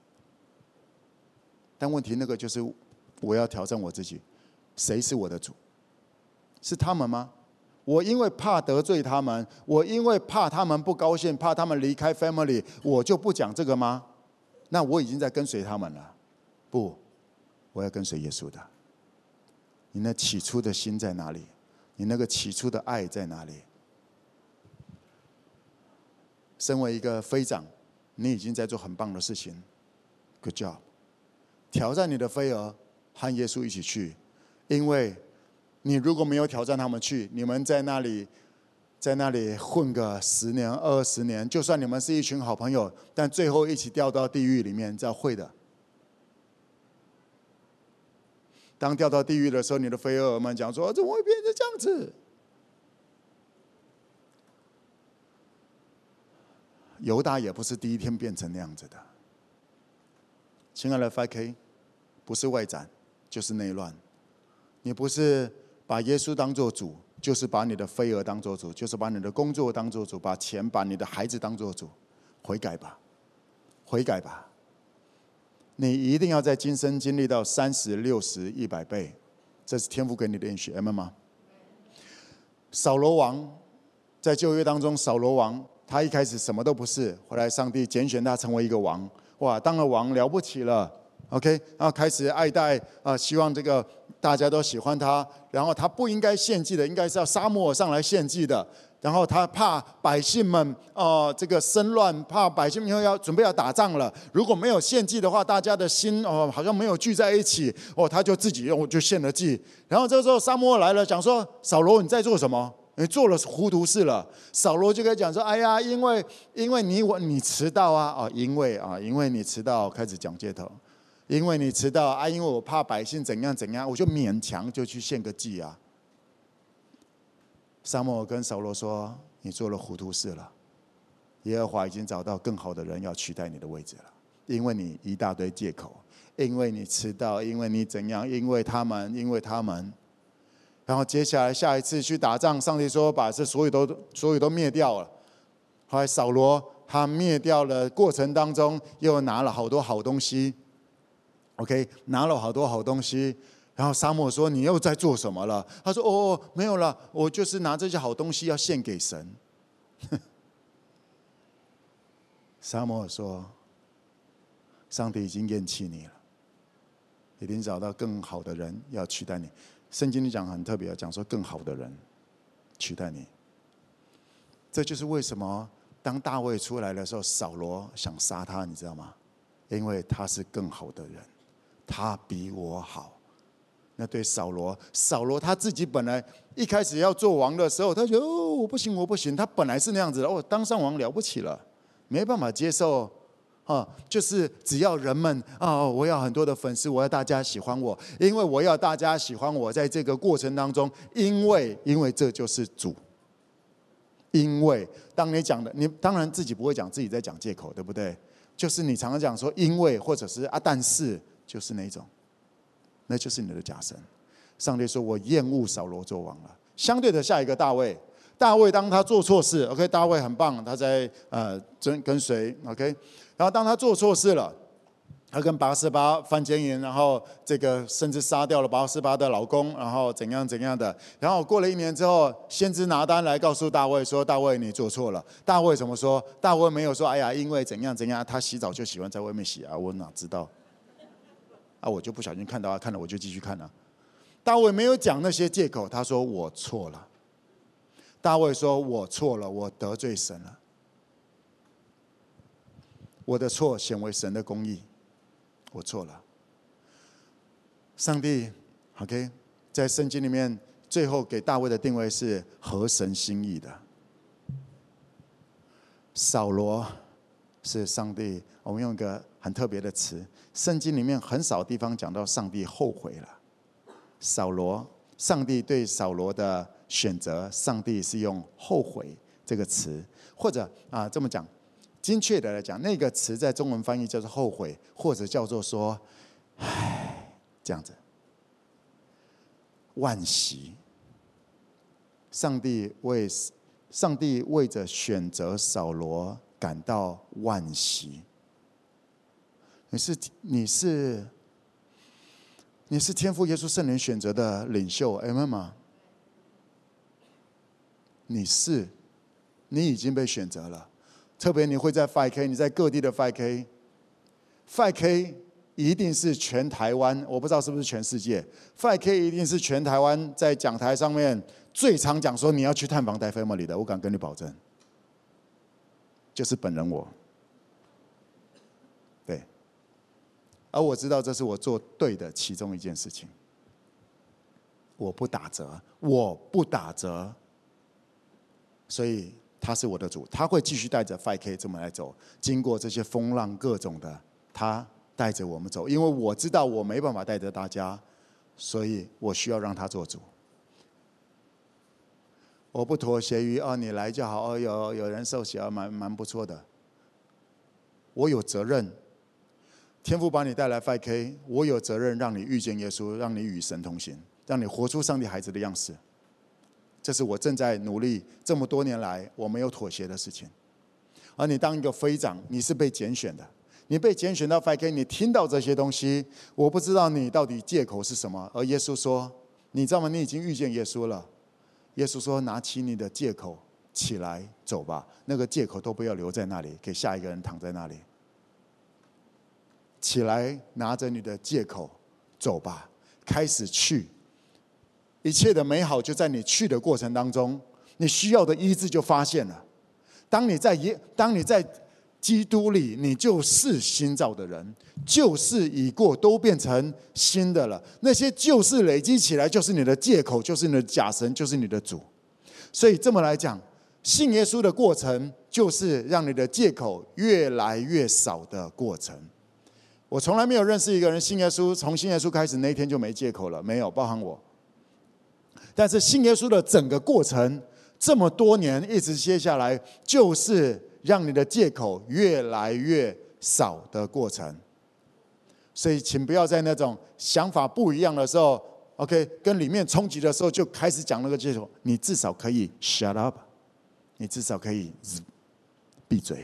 A: 但问题那个就是我要挑战我自己，谁是我的主？是他们吗？我因为怕得罪他们，我因为怕他们不高兴，怕他们离开 family， 我就不讲这个吗？那我已经在跟随他们了，不。我要跟随耶稣的。你那起初的心在哪里？你那个起初的爱在哪里？身为一个飞长，你已经在做很棒的事情 ，Good job！ 挑战你的飞蛾，和耶稣一起去，因为你如果没有挑战他们去，你们在那里混个10年、20年，就算你们是一群好朋友，但最后一起掉到地狱里面，这会的。当掉到地狱的时候，你的飞蛾们讲说：“怎么会变成这样子？”犹大也不是第一天变成那样子的。亲爱的 5K， 不是外展就是内乱。你不是把耶稣当作主，就是把你的飞蛾当作主，就是把你的工作当作主，把钱、把你的孩子当作主。悔改吧，悔改吧！你一定要在今生经历到30、60、100倍，这是天父给你的应许，阿们吗？扫罗王在旧约当中，扫罗王他一开始什么都不是，后来上帝拣选他成为一个王，哇，当了王了不起了 ，OK， 然后开始爱戴希望这个大家都喜欢他，然后他不应该献祭的，应该是要撒母耳上来献祭的。然后他怕百姓们这个生乱，怕百姓们要准备要打仗了。如果没有献祭的话，大家的心好像没有聚在一起他就自己就献了祭。然后这时候撒母耳来了，讲说：“扫罗你在做什么？ 你做了糊涂事了。扫罗就跟他讲说：“哎呀，因为你迟到啊，因为你迟到，开始讲借头，因为你迟到啊，因为我怕百姓怎样怎样，我就勉强就去献个祭啊。”撒母耳跟扫罗说：“你做了糊涂事了，耶和华已经找到更好的人要取代你的位置了，因为你一大堆借口，因为你迟到，因为你怎样，因为他们。”然后接下来下一次去打仗，上帝说把这所有都灭掉了。后来扫罗他灭掉了过程当中，又拿了好多好东西 ，OK， 拿了好多好东西。然后撒母耳说：“你又在做什么了？”他说：“哦，没有了，我就是拿这些好东西要献给神。”撒母耳说：“上帝已经厌弃你了，已经找到更好的人要取代你。”圣经里讲很特别，讲说更好的人取代你。这就是为什么当大卫出来的时候，扫罗想杀他，你知道吗？因为他是更好的人，他比我好。那对扫罗他自己本来一开始要做王的时候，他觉得我不行，他本来是那样子的，当上王了不起了，没办法接受。就是只要人们我要很多的粉丝，我要大家喜欢我，因为我要大家喜欢我，在这个过程当中，因为这就是主。因为当你讲的，你当然自己不会讲自己在讲借口，对不对？就是你常常讲说因为或者是但是，就是那一种，那就是你的假神。上帝说：“我厌恶扫罗做王了。”相对的，下一个大卫当他做错事 ，OK， 大卫很棒，他在跟随 ，OK。然后当他做错事了，他跟拔示巴犯奸淫，然后这个甚至杀掉了拔示巴的老公，然后怎样的。然后过了1年之后，先知拿单来告诉大卫说：“大卫，你做错了。”大卫怎么说？大卫没有说：“哎呀，因为怎样，他洗澡就喜欢在外面洗啊，我哪知道？我就不小心看到他看了，我就继续看啊。”大卫没有讲那些借口，他说：“我错了。”大卫说：“我错了，我得罪神了。我的错显为神的公义，我错了。”上帝 ，OK， 在圣经里面最后给大卫的定位是合神心意的。扫罗是上帝，我们用一个很特别的词，圣经里面很少地方讲到上帝后悔了。上帝对扫罗的选择，上帝是用后悔这个词，或者这么讲。精确的来讲，那个词在中文翻译叫做后悔，或者叫做说唉，这样子惋惜。上帝为着选择扫罗感到惋惜。你是天父耶稣圣灵选择的领袖 ，Amen 吗？你已经被选择了。特别你会在 5K， 你在各地的 5K 一定是全台湾，我不知道是不是全世界 ，5K 一定是全台湾在讲台上面最常讲说你要去探访带 family 的，我敢跟你保证，就是本人我。对，而我知道这是我做对的其中一件事情，我不打折，所以他是我的主，他会继续带着 5K 这么来走，经过这些风浪各种的，他带着我们走。因为我知道我没办法带着大家，所以我需要让他做主。我不妥协于你来就好，有人受洗蛮不错的。我有责任，天父把你带来 5K， 我有责任让你遇见耶稣，让你与神同行，让你活出上帝孩子的样式。这是我正在努力这么多年来我没有妥协的事情。而你当一个非长，你是被拣选的，你被拣选到 5K， 你听到这些东西，我不知道你到底借口是什么。而耶稣说，你知道吗？你已经遇见耶稣了。耶稣说，拿起你的借口起来走吧，那个借口都不要留在那里，给下一个人躺在那里。起来，拿着你的借口走吧，开始去。一切的美好就在你去的过程当中，你需要的医治就发现了。当你在基督里，你就是新造的人，旧事已过，都变成新的了。那些旧事累积起来，就是你的借口，就是你的假神，就是你的主。 所以这么来讲，信耶稣的过程就是让你的借口越来越少的过程。我从来没有认识一个人信耶稣，从信耶稣开始那一天就没借口了，没有，包含我。但是信耶稣的整个过程，这么多年一直接下来，就是让你的借口越来越少的过程。所以请不要在那种想法不一样的时候 ，OK， 跟里面冲击的时候就开始讲那个借口。你至少可以 shut up， 你至少可以闭嘴，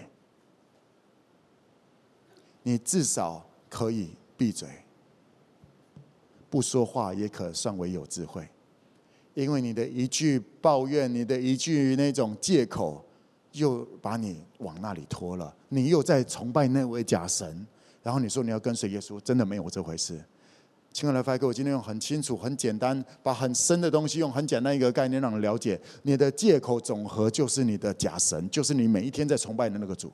A: 你至少可以闭嘴，不说话也可算为有智慧。因为你的一句抱怨，你的一句那种借口，又把你往那里拖了。你又在崇拜那位假神，然后你说你要跟随耶稣，真的没有这回事。亲爱的弟兄，我今天用很清楚、很简单，把很深的东西用很简单一个概念让你了解。你的借口总和就是你的假神，就是你每一天在崇拜的那个主。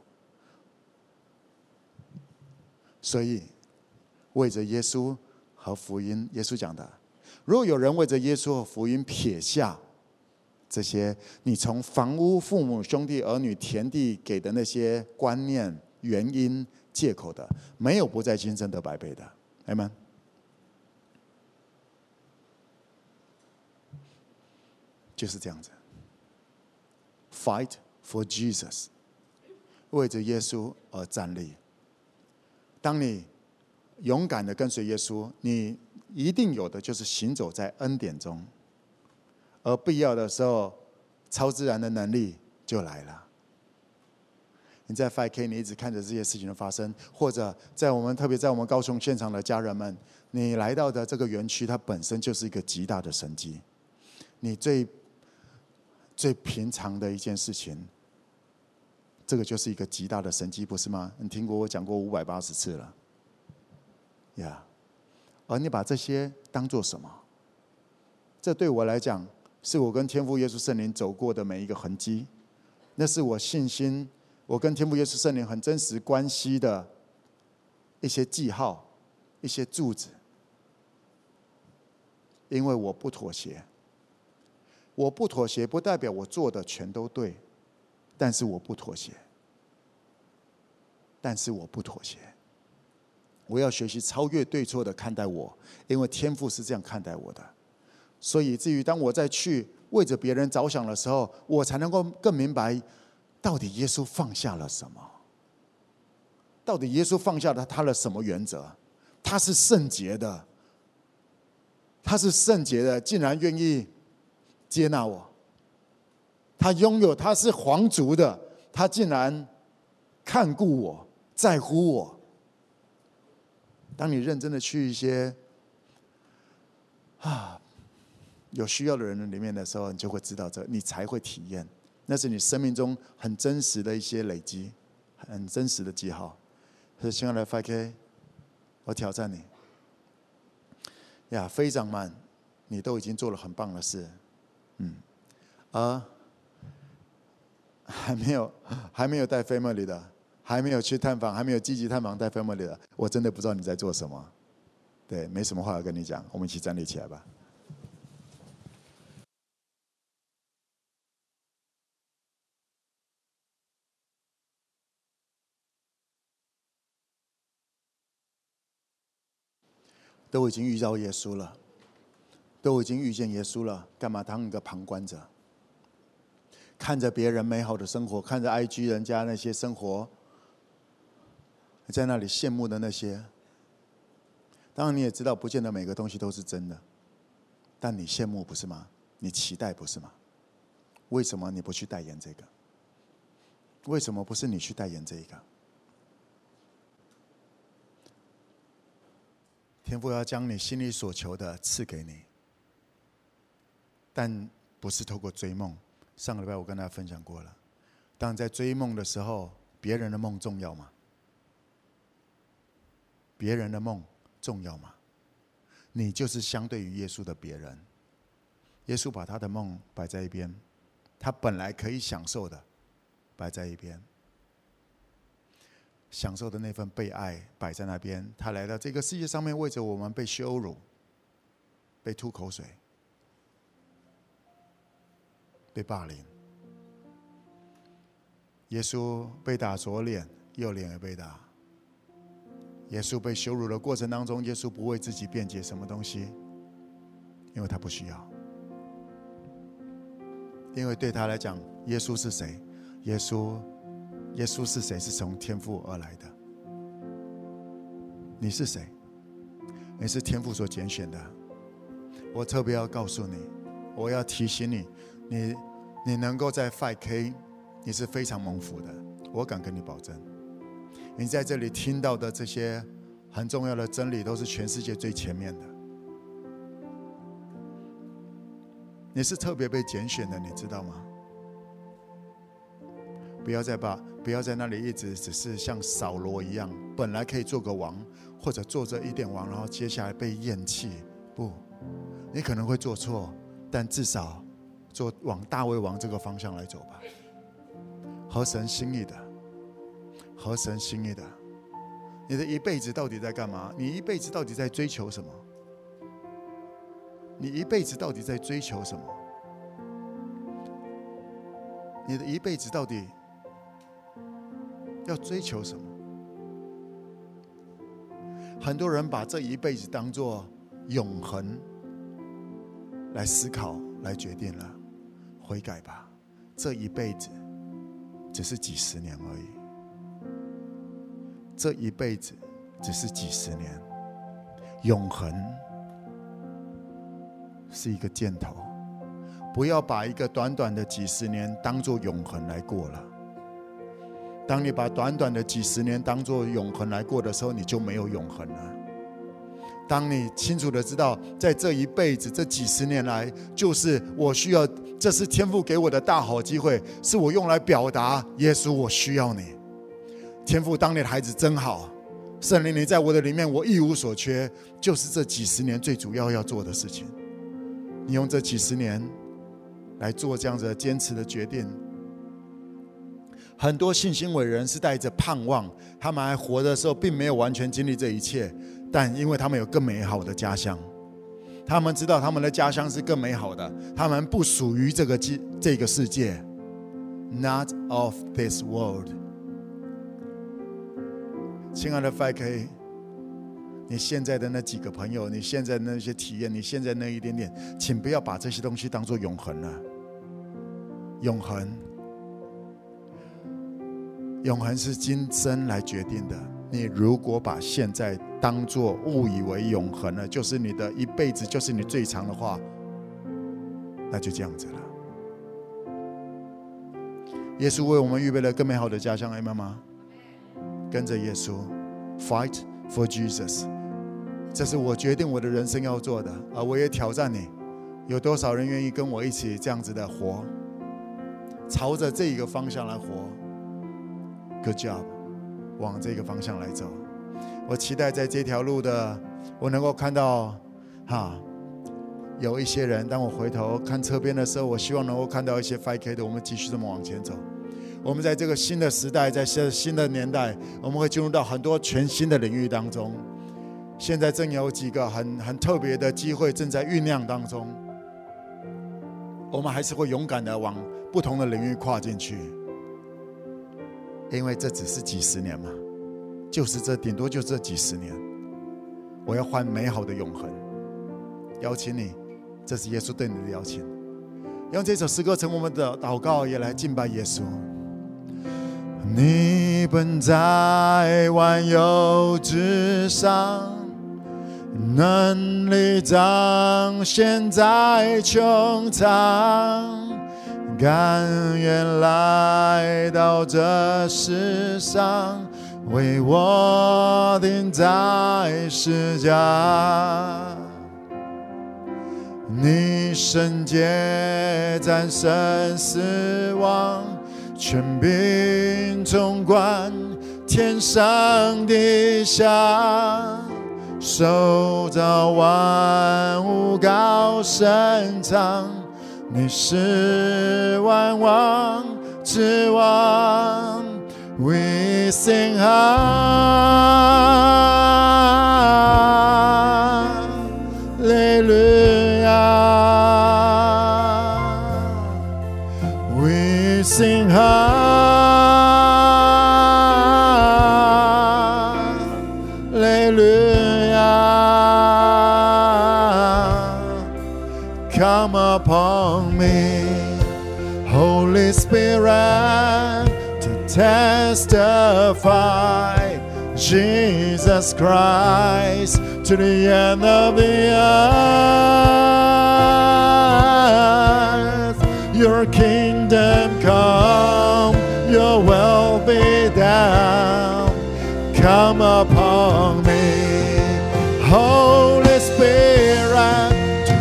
A: 所以，为着耶稣和福音，耶稣讲的。如果有人为着耶稣和福音撇下这些你从房屋、父母、兄弟、儿女、田地给的那些观念、原因、借口的，没有不在今生得百倍的。Amen。就是这样子。Fight for Jesus， 为着耶稣而站立。当你勇敢的跟随耶稣，你一定有的就是行走在恩典中，而必要的时候，超自然的能力就来了。你在 5K， 你一直看着这些事情的发生，或者特别在我们高雄现场的家人们，你来到的这个园区，它本身就是一个极大的神迹。你最平常的一件事情，这个就是一个极大的神迹，不是吗？你听过我讲过580次了，呀。而你把这些当作什么？这对我来讲，是我跟天父耶稣圣灵走过的每一个痕迹，那是我信心，我跟天父耶稣圣灵很真实关系的一些记号，一些柱子。因为我不妥协，我不妥协不代表我做的全都对，但是我不妥协，我要学习超越对错的看待我，因为天父是这样看待我的。所以至于当我再去为着别人着想的时候，我才能够更明白，到底耶稣放下了什么？到底耶稣放下了他的什么原则？他是圣洁的，竟然愿意接纳我。他是皇族的，他竟然看顾我，在乎我。当你认真的去一些有需要的人里面的时候，你就会知道你才会体验，那是你生命中很真实的一些累积，很真实的记号。所以，亲爱的 5K， 我挑战你呀，非常慢，你都已经做了很棒的事，而还没有带 family 的。还没有去探访，还没有积极探访带 family 的，我真的不知道你在做什么。对，没什么话要跟你讲，我们一起站立起来吧。都已经遇到耶稣了，都已经遇见耶稣了，干嘛当一个旁观者？看着别人美好的生活，看着 IG 人家那些生活，在那里羡慕的那些，当然你也知道，不见得每个东西都是真的，但你羡慕不是吗？你期待不是吗？为什么你不去代言这个？为什么不是你去代言这个？天父要将你心里所求的赐给你，但不是透过追梦。上个礼拜我跟大家分享过了，当你在追梦的时候，别人的梦重要吗？别人的梦重要吗？你就是相对于耶稣的别人。耶稣把他的梦摆在一边，他本来可以享受的摆在一边，享受的那份被爱摆在那边。他来到这个世界上面，为着我们被羞辱，被吐口水， 被霸凌。耶稣被打左脸，右脸也被打。耶稣被羞辱的过程当中，耶稣不为自己辩解什么东西，因为他不需要。因为对他来讲，耶稣是谁？耶稣是谁？是从天父而来的。你是谁？你是天父所拣选的。我特别要告诉你，我要提醒你，你能够在 5K， 你是非常蒙福的。我敢跟你保证，你在这里听到的这些很重要的真理，都是全世界最前面的。你是特别被拣选的，你知道吗？不要在那里一直只是像扫罗一样，本来可以做个王，或者做着一点王，然后接下来被厌弃。不，你可能会做错，但至少往大卫王这个方向来走吧。合神心意的，合神心意的。你的一辈子到底在干嘛？你一辈子到底在追求什么？你一辈子到底在追求什么？你的一辈子到底要追求什么？很多人把这一辈子当作永恒来思考、来决定了。悔改吧，这一辈子只是几十年而已。这一辈子只是几十年，永恒是一个箭头。不要把一个短短的几十年当作永恒来过了。当你把短短的几十年当作永恒来过的时候，你就没有永恒了。当你清楚的知道，在这一辈子这几十年来，就是我需要，这是天父给我的大好机会，是我用来表达耶稣我需要你。天父，当你的孩子真好，圣灵你在我的里面，我一无所缺，就是这几十年最主要做的事情。你用这几十年来做这样子的坚持的决定。很多信心伟人是带着盼望，他们还活的时候并没有完全经历这一切，但因为他们有更美好的家乡，他们知道他们的家乡是更美好的，他们不属于这个世界 ，Not of this world。亲爱的 5K， 你现在的那几个朋友，你现在的那些体验，你现在那一点点，请不要把这些东西当作永恒了。永恒是今生来决定的。你如果把现在当作误以为永恒了，就是你的一辈子，就是你最长的话，那就这样子了。耶稣为我们预备了更美好的家乡，阿们吗？跟着耶稣 ，Fight for Jesus， 这是我决定我的人生要做的，而我也挑战你，有多少人愿意跟我一起这样子的活，朝着这个方向来活 ？Good job， 往这个方向来走。我期待在这条路的，我能够看到，有一些人，当我回头看侧边的时候，我希望能够看到一些 5K 的，我们继续这么往前走。我们在这个新的时代，在新的年代，我们会进入到很多全新的领域当中。现在正有几个很特别的机会正在酝酿当中，我们还是会勇敢的往不同的领域跨进去，因为这只是几十年嘛，就是顶多就这几十年。我要换美好的永恒，邀请你，这是耶稣对你的邀请。用这首诗歌成我们的祷告，也来敬拜耶稣。你本在万有之上，能力彰显在穹苍，甘愿来到这世上，为我钉在十架。你圣洁战胜死亡，权柄纵观天上地下，受造万物高深长，你是万王之王。We sing Hallelujah， come upon me. Holy Spirit, to testify Jesus Christ to the end of the earth. Your kingdom come, your will be done. Come upon me, Holy Spirit, to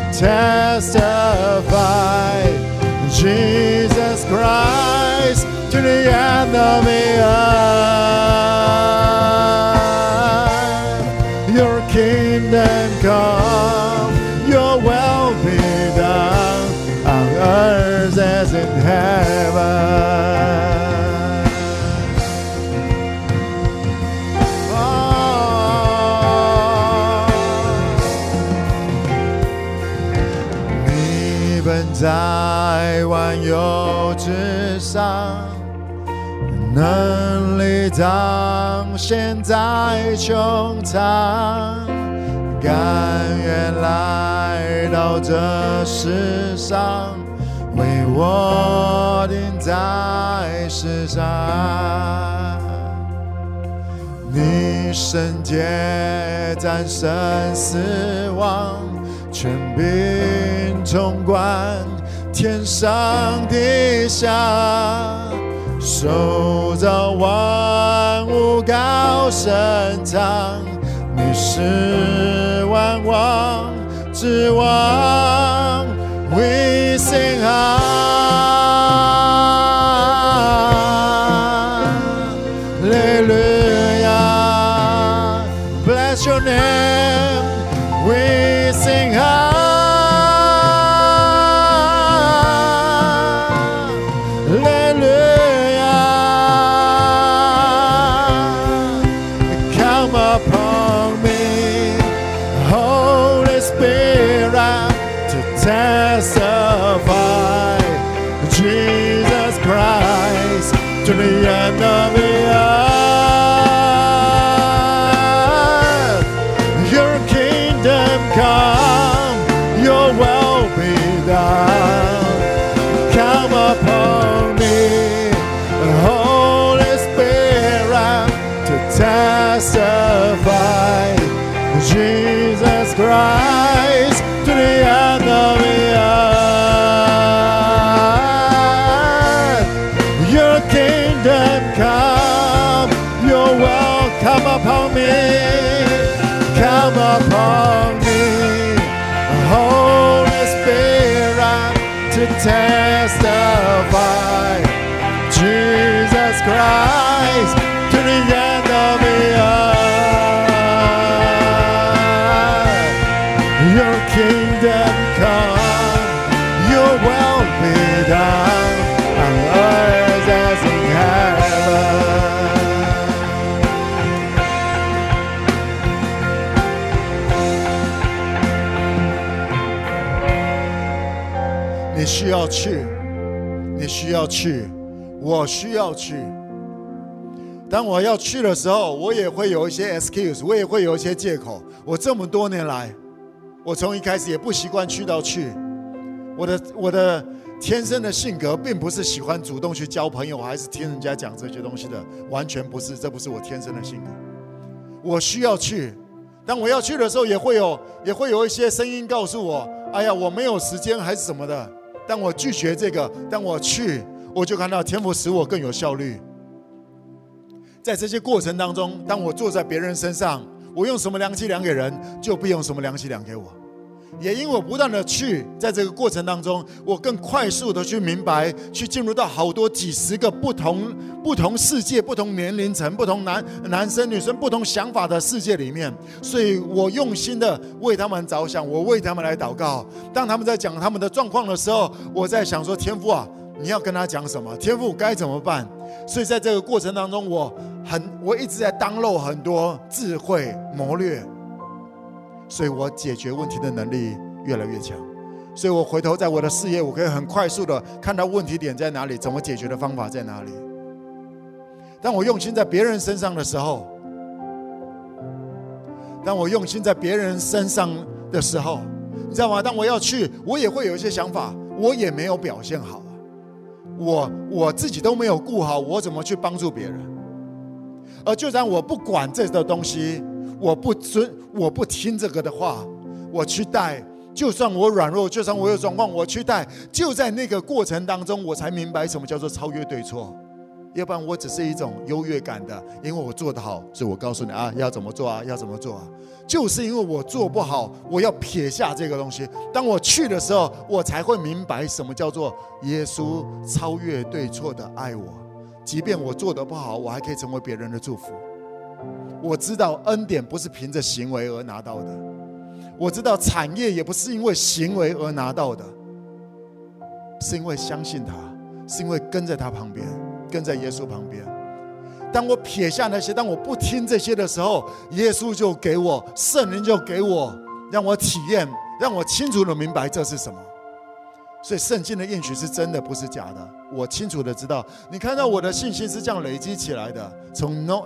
A: testify Jesus Christ to the end of the earth. Your kingdom come, your will be done on earth as in heaven.在万有之上，能力彰显在穹苍，甘愿来到这世上，为我钉在世上。你圣洁战胜死亡，权柄统管天上地下，手造万物高升堂，你是万王之王。We sing Hallelujah, bless your name. We sing Come upon me, Holy Spirit, to testify Jesus Christ to the end of the earth. Your kingdom come, your will be done. Come upon me, Holy Spirit, to testify Jesus Christ to the end of the earth. Your kingdom come, your will come upon me. Come upon me, Holy Spirit, to testify Jesus Christ to the end of the earth. Your kingdom come, your will be done on earth as in heaven. 你需要去，你需要去，我需要去。当我要去的时候，我也会有一些 excuse， 我也会有一些借口。我这么多年来，我从一开始也不习惯去到去。我的天生的性格并不是喜欢主动去交朋友，还是听人家讲这些东西的，完全不是，这不是我天生的性格。我需要去，当我要去的时候，也会有一些声音告诉我：“哎呀，我没有时间，还是什么的。”当我拒绝这个，当我去，我就看到天父使我更有效率。在这些过程当中，当我坐在别人身上，我用什么量器量给人，就不用什么量器量给我。也因为我不断的去，在这个过程当中，我更快速的去明白，去进入到好多几十个不同世界、不同年龄层、不同男生女生不同想法的世界里面，所以我用心的为他们着想，我为他们来祷告。当他们在讲他们的状况的时候，我在想说：天父啊，你要跟他讲什么？天父该怎么办？所以在这个过程当中，我一直在download很多智慧谋略。所以我解决问题的能力越来越强，所以我回头在我的事业，我可以很快速的看到问题点在哪里，怎么解决的方法在哪里。当我用心在别人身上的时候， 你知道吗？当我要去，我也会有一些想法，我也没有表现好啊，我自己都没有顾好，我怎么去帮助别人？而就算我不管这个东西，我不听这个的话，我去带，就算我软弱，就算我有状况，我去带，就在那个过程当中，我才明白什么叫做超越对错。要不然我只是一种优越感的，因为我做得好，所以我告诉你啊，要怎么做啊，要怎么做啊。就是因为我做不好，我要撇下这个东西。当我去的时候，我才会明白什么叫做耶稣超越对错的爱我。即便我做得不好，我还可以成为别人的祝福。我知道恩典不是凭着行为而拿到的，我知道产业也不是因为行为而拿到的，是因为相信他，是因为跟在他旁边，跟在耶稣旁边。当我撇下那些，当我不听这些的时候，耶稣就给我，圣灵就给我，让我体验，让我清楚的明白这是什么。所以圣经的应许是真的，不是假的。我清楚的知道，你看到我的信心是这样累积起来的，从 no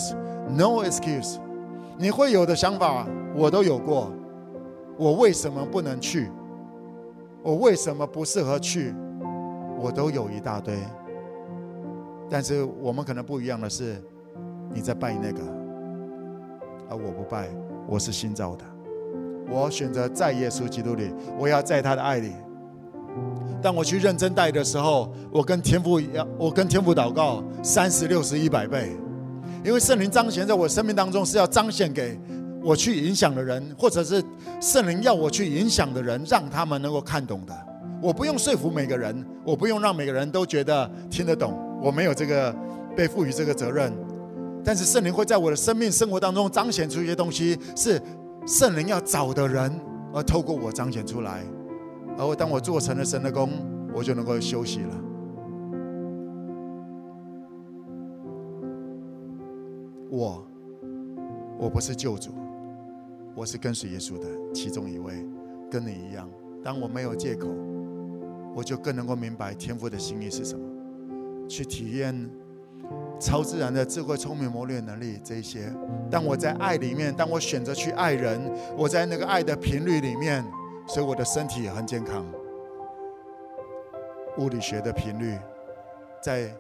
A: excuse， 你会有的想法我都有过，我为什么不能去，我为什么不适合去，我都有一大堆。但是我们可能不一样的是，你在拜那个，而我不拜，我是新造的，我选择在耶稣基督里，我要在他的爱里。当我去认真带的时候，我跟天父祷告30、60、100倍，因为圣灵彰显在我生命当中，是要彰显给我去影响的人，或者是圣灵要我去影响的人，让他们能够看懂的。我不用说服每个人，我不用让每个人都觉得听得懂，我没有这个被赋予这个责任。但是圣灵会在我的生命生活当中彰显出一些东西，是圣灵要找的人，而透过我彰显出来。而当我做成了神的工，我就能够休息了。我不是救主，我是跟随耶稣的其中一位，跟你一样。当我没有借口，我就更能够明白天父的心意是什么，去体验超自然的智慧、聪明、谋略能力这一些。当我在爱里面，当我选择去爱人，我在那个爱的频率里面，所以我的身体也很健康。物理学的频率在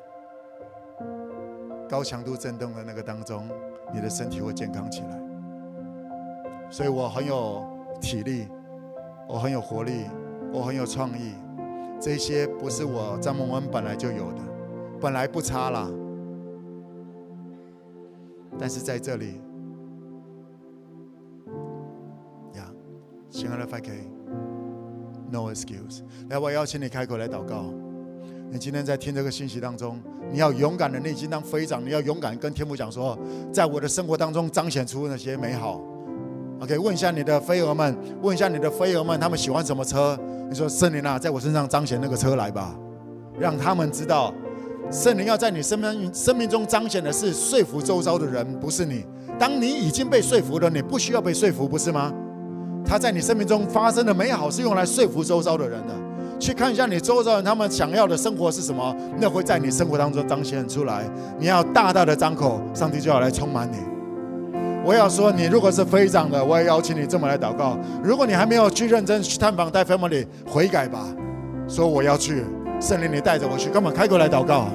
A: 高强度震动的那个当中，你的身体会健康起来。所以我很有体力，我很有活力，我很有创意。这些不是我张蒙恩本来就有的，本来不差啦。但是在这里呀，亲爱的 5K，No excuse。来，我邀请你开口来祷告。你今天在听这个信息当中，你要勇敢的，你已经当飞长，你要勇敢跟天父讲说，在我的生活当中彰显出那些美好。OK， 问一下你的飞蛾们，他们喜欢什么车？你说圣灵啊，在我身上彰显那个车来吧，让他们知道，圣灵要在你生命中彰显的是说服周遭的人，不是你。当你已经被说服了，你不需要被说服，不是吗？他在你生命中发生的美好是用来说服周遭的人的。去看一下你周遭人他们想要的生活是什么，那会在你生活当中彰显出来。你要大大的张口，上帝就要来充满你。我要说，你如果是非常的，我也邀请你这么来祷告。如果你还没有去认真去探访带 family， 悔改吧，说我要去，圣灵你带着我去，根本开口来祷告。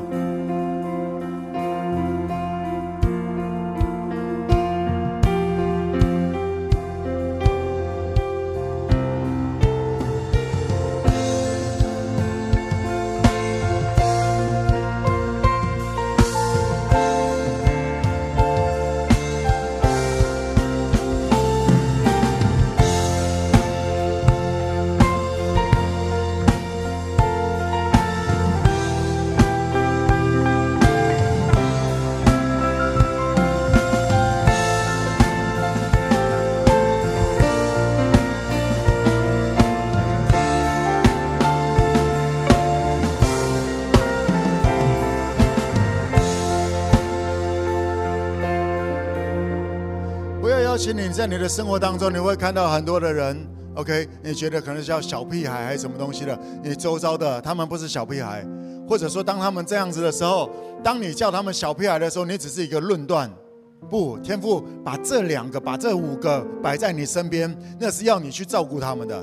A: 邀请你在你的生活当中，你会看到很多的人 ，OK， 你觉得可能叫小屁孩还是什么东西的，你周遭的他们不是小屁孩，或者说当他们这样子的时候，当你叫他们小屁孩的时候，你只是一个论断。不，天父把这2个、把这5个摆在你身边，那是要你去照顾他们的。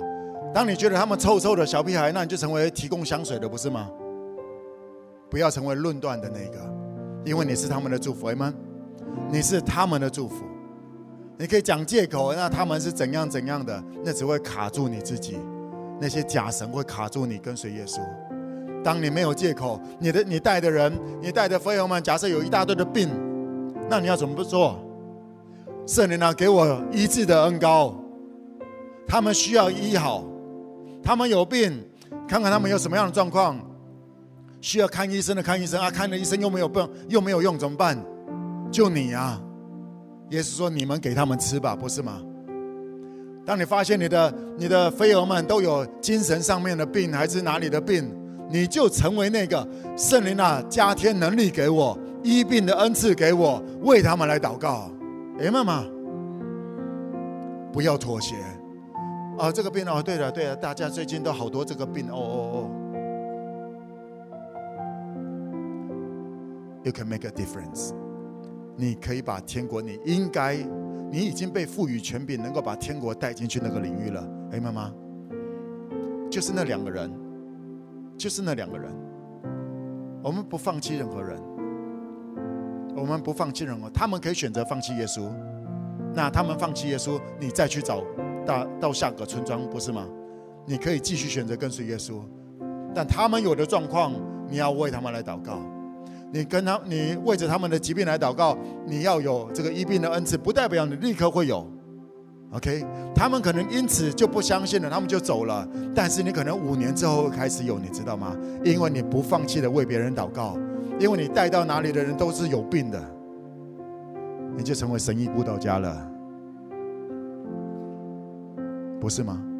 A: 当你觉得他们臭臭的小屁孩，那你就成为提供香水的，不是吗？不要成为论断的那个，因为你是他们的祝福， Amen。 你是他们的祝福。你可以讲借口，那他们是怎样怎样的，那只会卡住你自己，那些假神会卡住你跟随耶稣。当你没有借口，你带的人，你带的飞友们，假设有一大堆的病，那你要怎么做？圣灵啊，给我医治的恩膏，他们需要医好，他们有病，看看他们有什么样的状况，需要看医生的看医生啊，看了医生又没有用，怎么办？就你啊！耶稣说：“你们给他们吃吧，不是吗？”当你发现你的飞蛾们都有精神上面的病，还是哪里的病，你就成为那个圣灵啊，加添能力给我，医病的恩赐给我，为他们来祷告。Amen吗？不要妥协啊！这个病哦，对了，大家最近都好多这个病哦。You can make a difference。你可以把天国，你已经被赋予权柄，能够把天国带进去那个领域了。Amen吗？就是那两个人，我们不放弃任何人，他们可以选择放弃耶稣，那他们放弃耶稣，你再去找到下个村庄，不是吗？你可以继续选择跟随耶稣，但他们有的状况，你要为他们来祷告。你为着他们的疾病来祷告，你要有这个医病的恩赐，不代表你立刻会有。OK， 他们可能因此就不相信了，他们就走了。但是你可能5年之后会开始有，你知道吗？因为你不放弃的为别人祷告，因为你带到哪里的人都是有病的，你就成为神医布道家了，不是吗？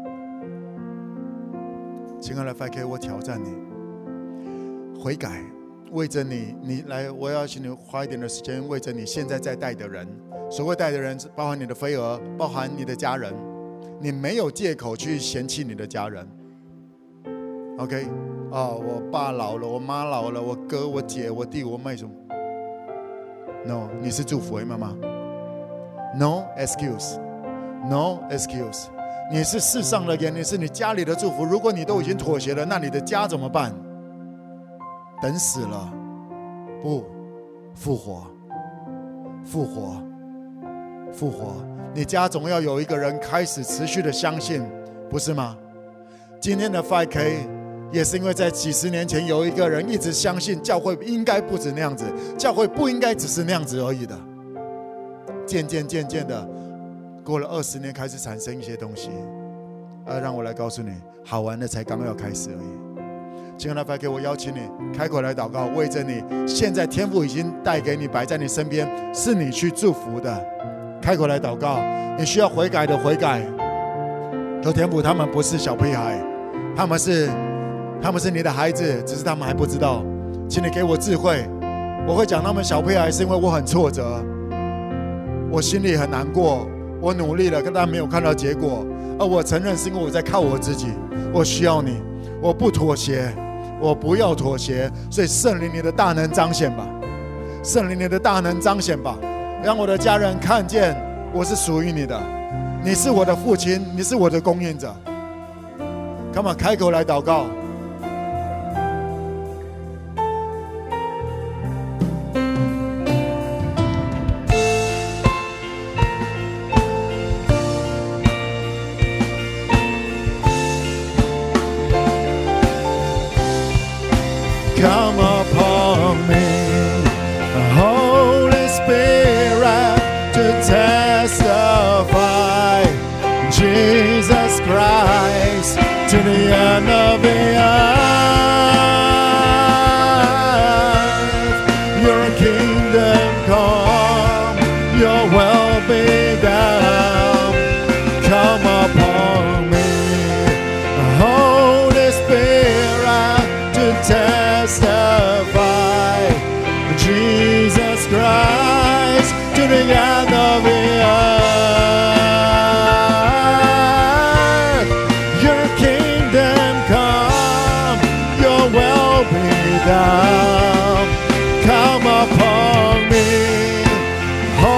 A: 亲爱的 5K， 我挑战你悔改。为着你来，我要请你花一点的时间，为着你现在在带的人，所谓带的人，包含你的飞蛾，包含你的家人，你没有借口去嫌弃你的家人。OK， 我爸老了，我妈老了，我哥、我姐、我弟、我妹什么 ？No， 你是祝福Amen吗 ？No excuse，No excuse。你是世上的眼，你是你家里的祝福。如果你都已经妥协了，那你的家怎么办？等死了，不，复活，你家总要有一个人开始持续的相信，不是吗？今天的 5K 也是因为在几十年前有一个人一直相信教会应该不止那样子，教会不应该只是那样子而已的。渐渐的，过了20年，开始产生一些东西。让我来告诉你，好玩的才刚要开始而已。亲爱的 5K， 我邀请你开口来祷告，为着你现在天父已经带给你，摆在你身边，是你去祝福的。开口来祷告，你需要悔改的悔改。求天父，他们不是小屁孩，他们是你的孩子，只是他们还不知道。请你给我智慧，我会讲他们小屁孩，是因为我很挫折，我心里很难过，我努力了，但没有看到结果。而我承认是因为我在靠我自己，我需要你，我不妥协。我不要妥协，所以圣灵你的大能彰显吧，圣灵你的大能彰显吧，让我的家人看见我是属于你的，你是我的父亲，你是我的供应者。Come on， 开口来祷告。Come upon me, Holy Spirit, to testify Jesus Christ to the end of the earth. Your kingdom come, your will be done. Come upon me, Holy Spirit, to testify Jesus Christ to the end of the earth. Your kingdom come, your will be done. Come upon me,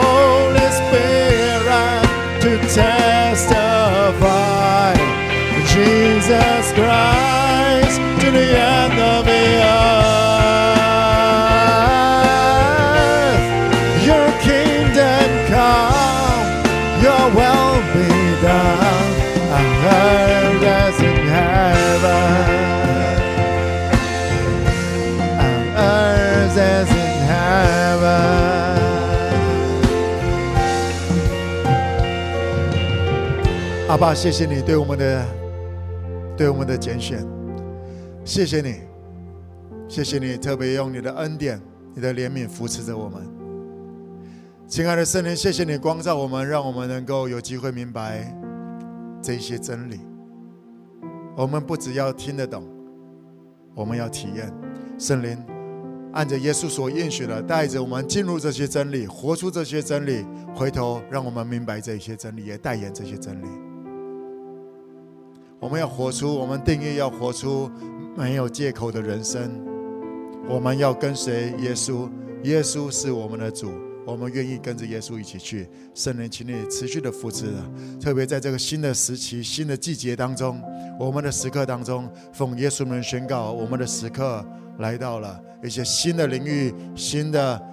A: Holy Spirit, to testify Jesus Christ to the end of the earth. Your kingdom come, your will be done on earth as in heaven. On earth as in heaven. 阿爸，谢谢你对我们的拣选，谢谢你，谢谢你特别用你的恩典、你的怜悯扶持着我们。亲爱的圣灵，谢谢你光照我们，让我们能够有机会明白这些真理。我们不只要听得懂，我们要体验。圣灵按着耶稣所应许的，带着我们进入这些真理，活出这些真理，回头让我们明白这些真理，也代言这些真理。我们要活出，我们定义要活出没有借口的人生。我们要跟随耶稣，耶稣是我们的主，我们愿意跟着耶稣一起去。圣灵，请你持续的扶持，特别在这个新的时期、新的季节当中，我们的时刻当中，奉耶稣名宣告，我们的时刻来到了，一些新的领域、新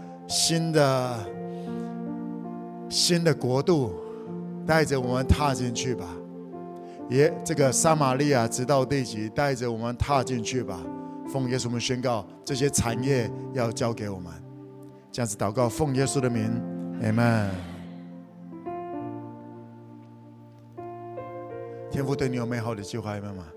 A: 的国度，带着我们踏进去吧。也这个撒玛利亚直到地极，带着我们踏进去吧。奉耶稣名宣告，这些产业要交给我们。这样子祷告，奉耶稣的名 ，Amen。天父对你有美好的计划，妈妈。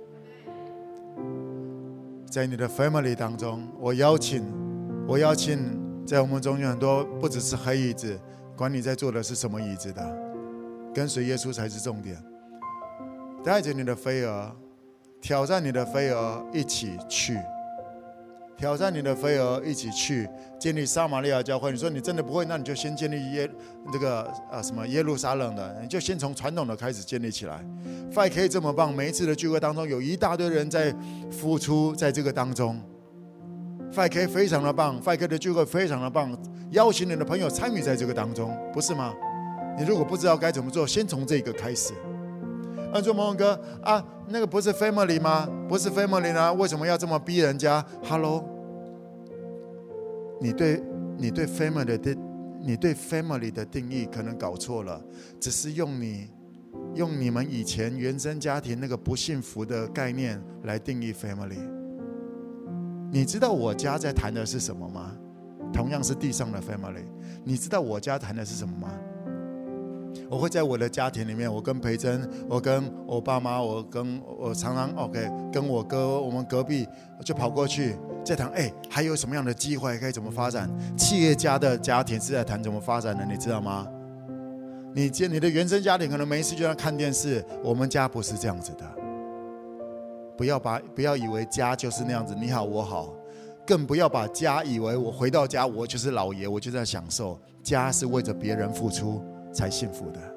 A: 在你的 family 当中，我邀请，在我们中间很多不只是黑椅子，管你在坐的是什么椅子的，跟随耶稣才是重点。带着你的飞蛾，挑战你的飞蛾，一起去。挑战你的飞蛾，一起去建立撒玛利亚教会。你说你真的不会，那你就先建立耶路撒冷的，你就先从传统的开始建立起来。5K 这么棒，每一次的聚会当中有一大堆人在付出，在这个当中。5K 非常的棒，5K 的聚会非常的棒，邀请你的朋友参与在这个当中，不是吗？你如果不知道该怎么做，先从这个开始。说某某哥啊，那个不是 family 吗？不是 family 呢？为什么要这么逼人家 ？Hello， 你对 family 的定义可能搞错了，只是用你们以前原生家庭那个不幸福的概念来定义 family。你知道我家在谈的是什么吗？同样是地上的 family， 你知道我家谈的是什么吗？我会在我的家庭里面，我跟培珍，我跟我爸妈，我常常 OK， 跟我哥，我们隔壁就跑过去在谈，还有什么样的机会可以怎么发展？企业家的家庭是在谈怎么发展的，你知道吗？你的原生家庭可能没事就在看电视，我们家不是这样子的。不要以为家就是那样子，你好我好，更不要把家以为我回到家我就是老爷，我就在享受。家是为着别人付出才幸福的。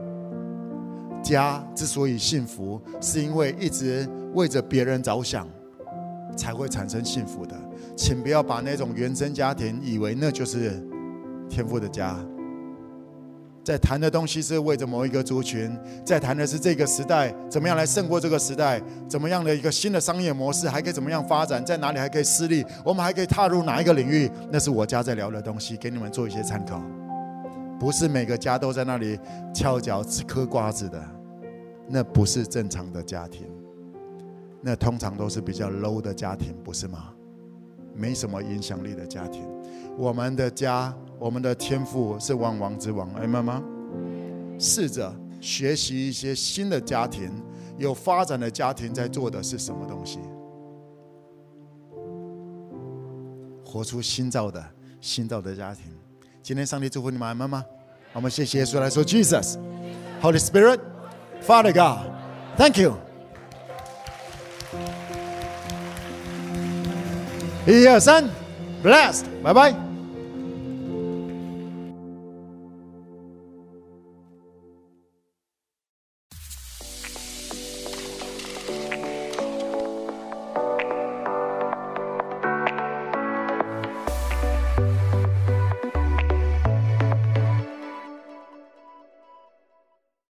A: 家之所以幸福，是因为一直为着别人着想，才会产生幸福的。请不要把那种原生家庭以为那就是天父的家。在谈的东西是为着某一个族群，在谈的是这个时代怎么样来胜过这个时代，怎么样的一个新的商业模式，还可以怎么样发展，在哪里还可以施力，我们还可以踏入哪一个领域，那是我家在聊的东西，给你们做一些参考。不是每个家都在那里翘脚嗑瓜子的，那不是正常的家庭，那通常都是比较 low 的家庭，不是吗？没什么影响力的家庭。我们的家，我们的天父是万王之王，阿们吗？试着学习一些新的家庭，有发展的家庭在做的是什么东西，活出新造的家庭。今天上帝祝福你们，阿们吗？我们谢谢耶稣，来说 Jesus Holy Spirit Father God Thank you 1、2、3 Blessed 拜拜。